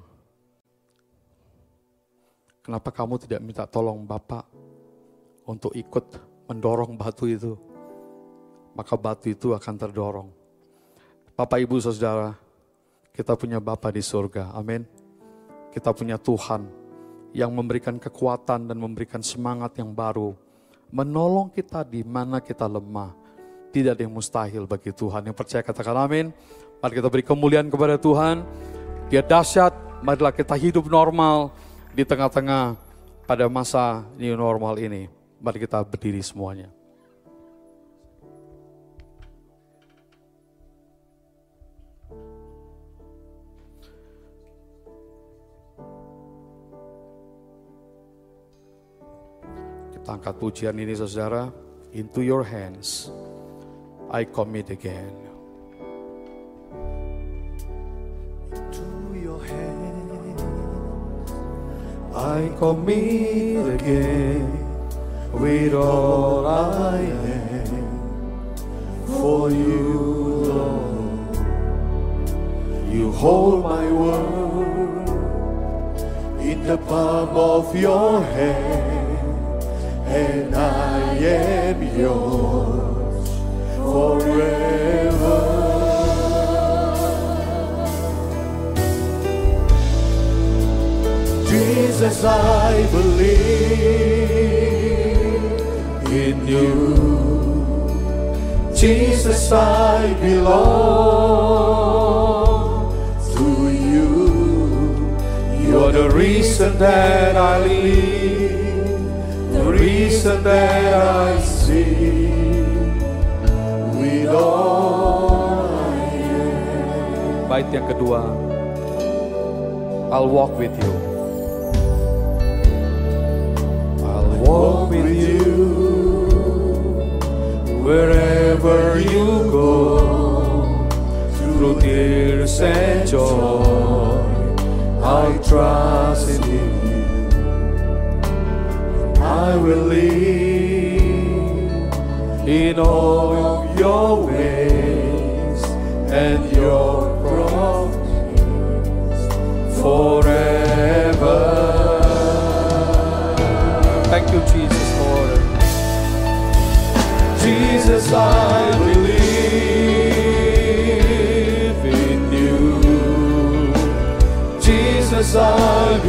"Kenapa kamu tidak minta tolong Bapak untuk ikut mendorong batu itu?" Maka batu itu akan terdorong. Bapak Ibu Saudara, kita punya Bapa di surga, amin. Kita punya Tuhan yang memberikan kekuatan dan memberikan semangat yang baru, menolong kita di mana kita lemah. Tidak ada yang mustahil bagi Tuhan. Yang percaya katakan amin. Mari kita beri kemuliaan kepada Tuhan. Dia dahsyat, marilah kita hidup normal di tengah-tengah pada masa new normal ini. Mari kita berdiri semuanya. Kita angkat pujian ini saudara. Into your hands I commit again. To your hands I commit again, with all I am, for you, Lord. You hold my world in the palm of your hand, and I am yours forever. Jesus, I believe in you. Jesus, I belong to you. You're the reason that I live, the reason that I sing, with all I am. Bait yang kedua, I'll walk with you. Walk with you wherever you go, through tears and joy. I trust in you. I will live in all of your ways and your promise forever. Thank you, Jesus, Lord. Jesus, I believe in you. Jesus, I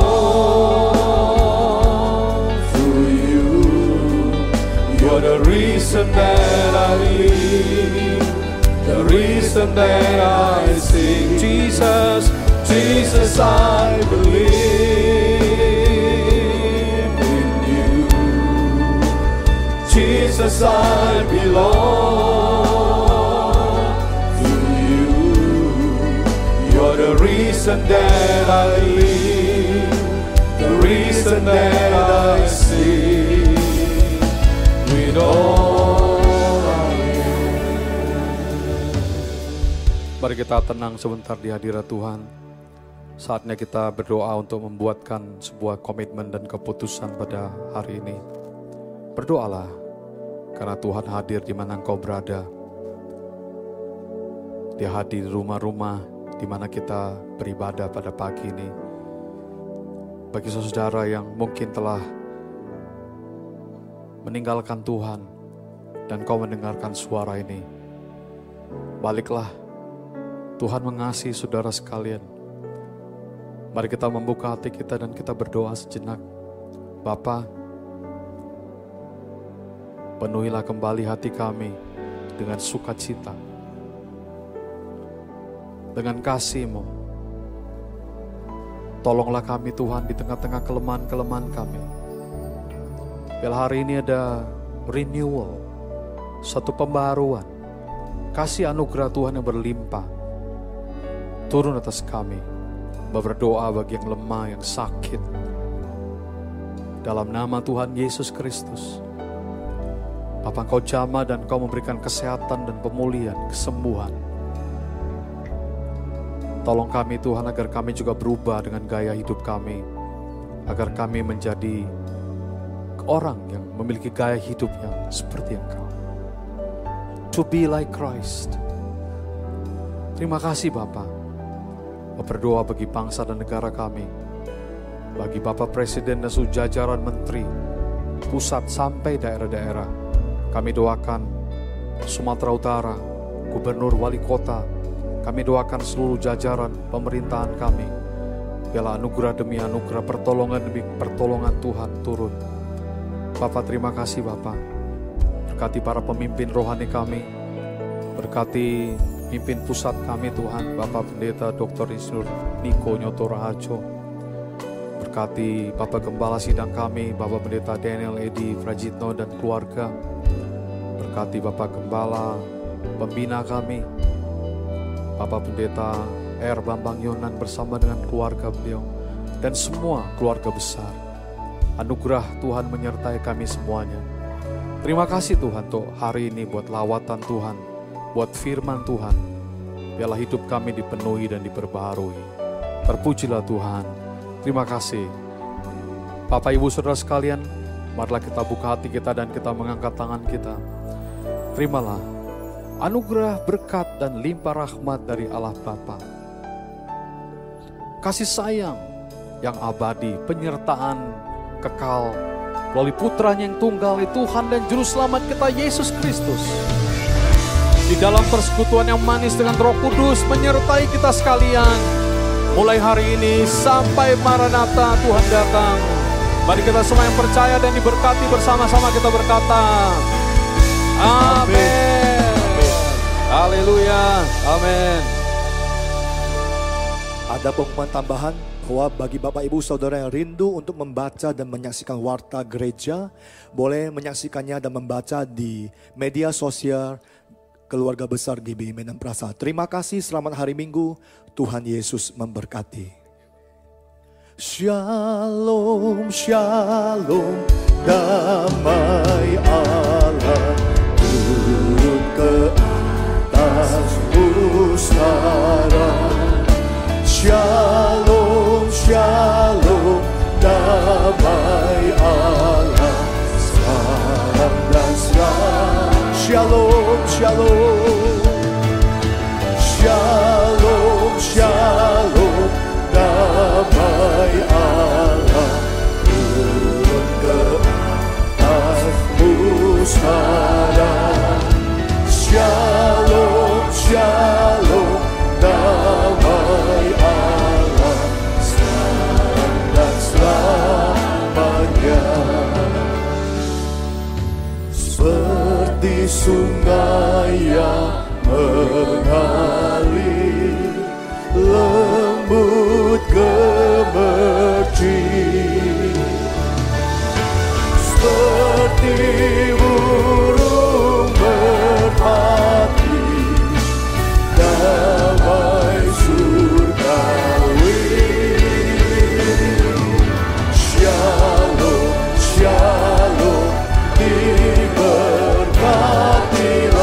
belong to you. You're the reason that I live, the reason that I sing. Jesus, Jesus, I believe. Jesus, Yes, I belong to you. You're the reason that I live, the reason that I sing with all I am. Mari kita tenang sebentar di hadirat Tuhan. Saatnya kita berdoa untuk membuatkan sebuah komitmen dan keputusan pada hari ini. Berdoalah, karena Tuhan hadir di mana engkau berada. Dia hadir di rumah-rumah di mana kita beribadah pada pagi ini. Bagi saudara yang mungkin telah meninggalkan Tuhan dan kau mendengarkan suara ini, baliklah. Tuhan mengasihi saudara sekalian. Mari kita membuka hati kita dan kita berdoa sejenak. Bapa, penuhilah kembali hati kami dengan sukacita, dengan kasih-Mu. Tolonglah kami Tuhan di tengah-tengah kelemahan-kelemahan kami. Biar hari ini ada renewal, satu pembaharuan, kasih anugerah Tuhan yang berlimpah turun atas kami. Berdoa bagi yang lemah, yang sakit, dalam nama Tuhan Yesus Kristus. Bapa, Engkau jamah dan Engkau memberikan kesehatan dan pemulihan, kesembuhan. Tolong kami Tuhan agar kami juga berubah dengan gaya hidup kami, agar kami menjadi orang yang memiliki gaya hidup yang seperti Engkau. To be like Christ. Terima kasih Bapa. Berdoa bagi bangsa dan negara kami, bagi Bapak Presiden dan seluruh jajaran menteri, pusat sampai daerah-daerah. Kami doakan Sumatera Utara, Gubernur, Wali Kota. Kami doakan seluruh jajaran pemerintahan kami. Biarlah anugerah demi anugerah, pertolongan demi pertolongan Tuhan turun. Bapak, terima kasih Bapak. Berkati para pemimpin rohani kami, berkati pimpin pusat kami Tuhan, Bapak Pendeta Dr. Insinyur Niko Nyoto Raharjo. Berkati Bapak Gembala sidang kami, Bapak Pendeta Daniel Edi Frajitno dan keluarga. Berkati Bapak Gembala pembina kami, Bapak Pendeta R. Bambang Yonan bersama dengan keluarga beliau. Dan semua keluarga besar. Anugerah Tuhan menyertai kami semuanya. Terima kasih Tuhan untuk hari ini buat lawatan Tuhan, buat firman Tuhan. Biarlah hidup kami dipenuhi dan diperbaharui. Terpujilah Tuhan. Terima kasih. Bapak Ibu Saudara sekalian, marilah kita buka hati kita dan kita mengangkat tangan kita. Terimalah anugerah, berkat dan limpah rahmat dari Allah Bapa. Kasih sayang yang abadi, penyertaan kekal melalui putranya yang tunggal, Tuhan dan Juru Selamat kita Yesus Kristus. Di dalam persekutuan yang manis dengan Roh Kudus menyertai kita sekalian. Mulai hari ini sampai Maranatha Tuhan datang. Mari kita semua yang percaya dan diberkati bersama-sama kita berkata, amin. Haleluya, amin. Ada pengumuman tambahan bahwa bagi Bapak Ibu Saudara yang rindu untuk membaca dan menyaksikan warta gereja, boleh menyaksikannya dan membaca di media sosial Keluarga Besar GBI Medan Prasa. Terima kasih, selamat hari Minggu. Tuhan Yesus memberkati. Shalom, shalom, damai Allah turun ke atas pusara. Shalom, shalom, damai Allah sekarang dan selalu. Shalom, shalom, shalom, shalom, damai Allah turun ke atas pusara. Shalom, shalom, damai Allah sekarang dan selamanya. Seperti sungai yang mengalir, lembut gemercik, seperti burung jiwa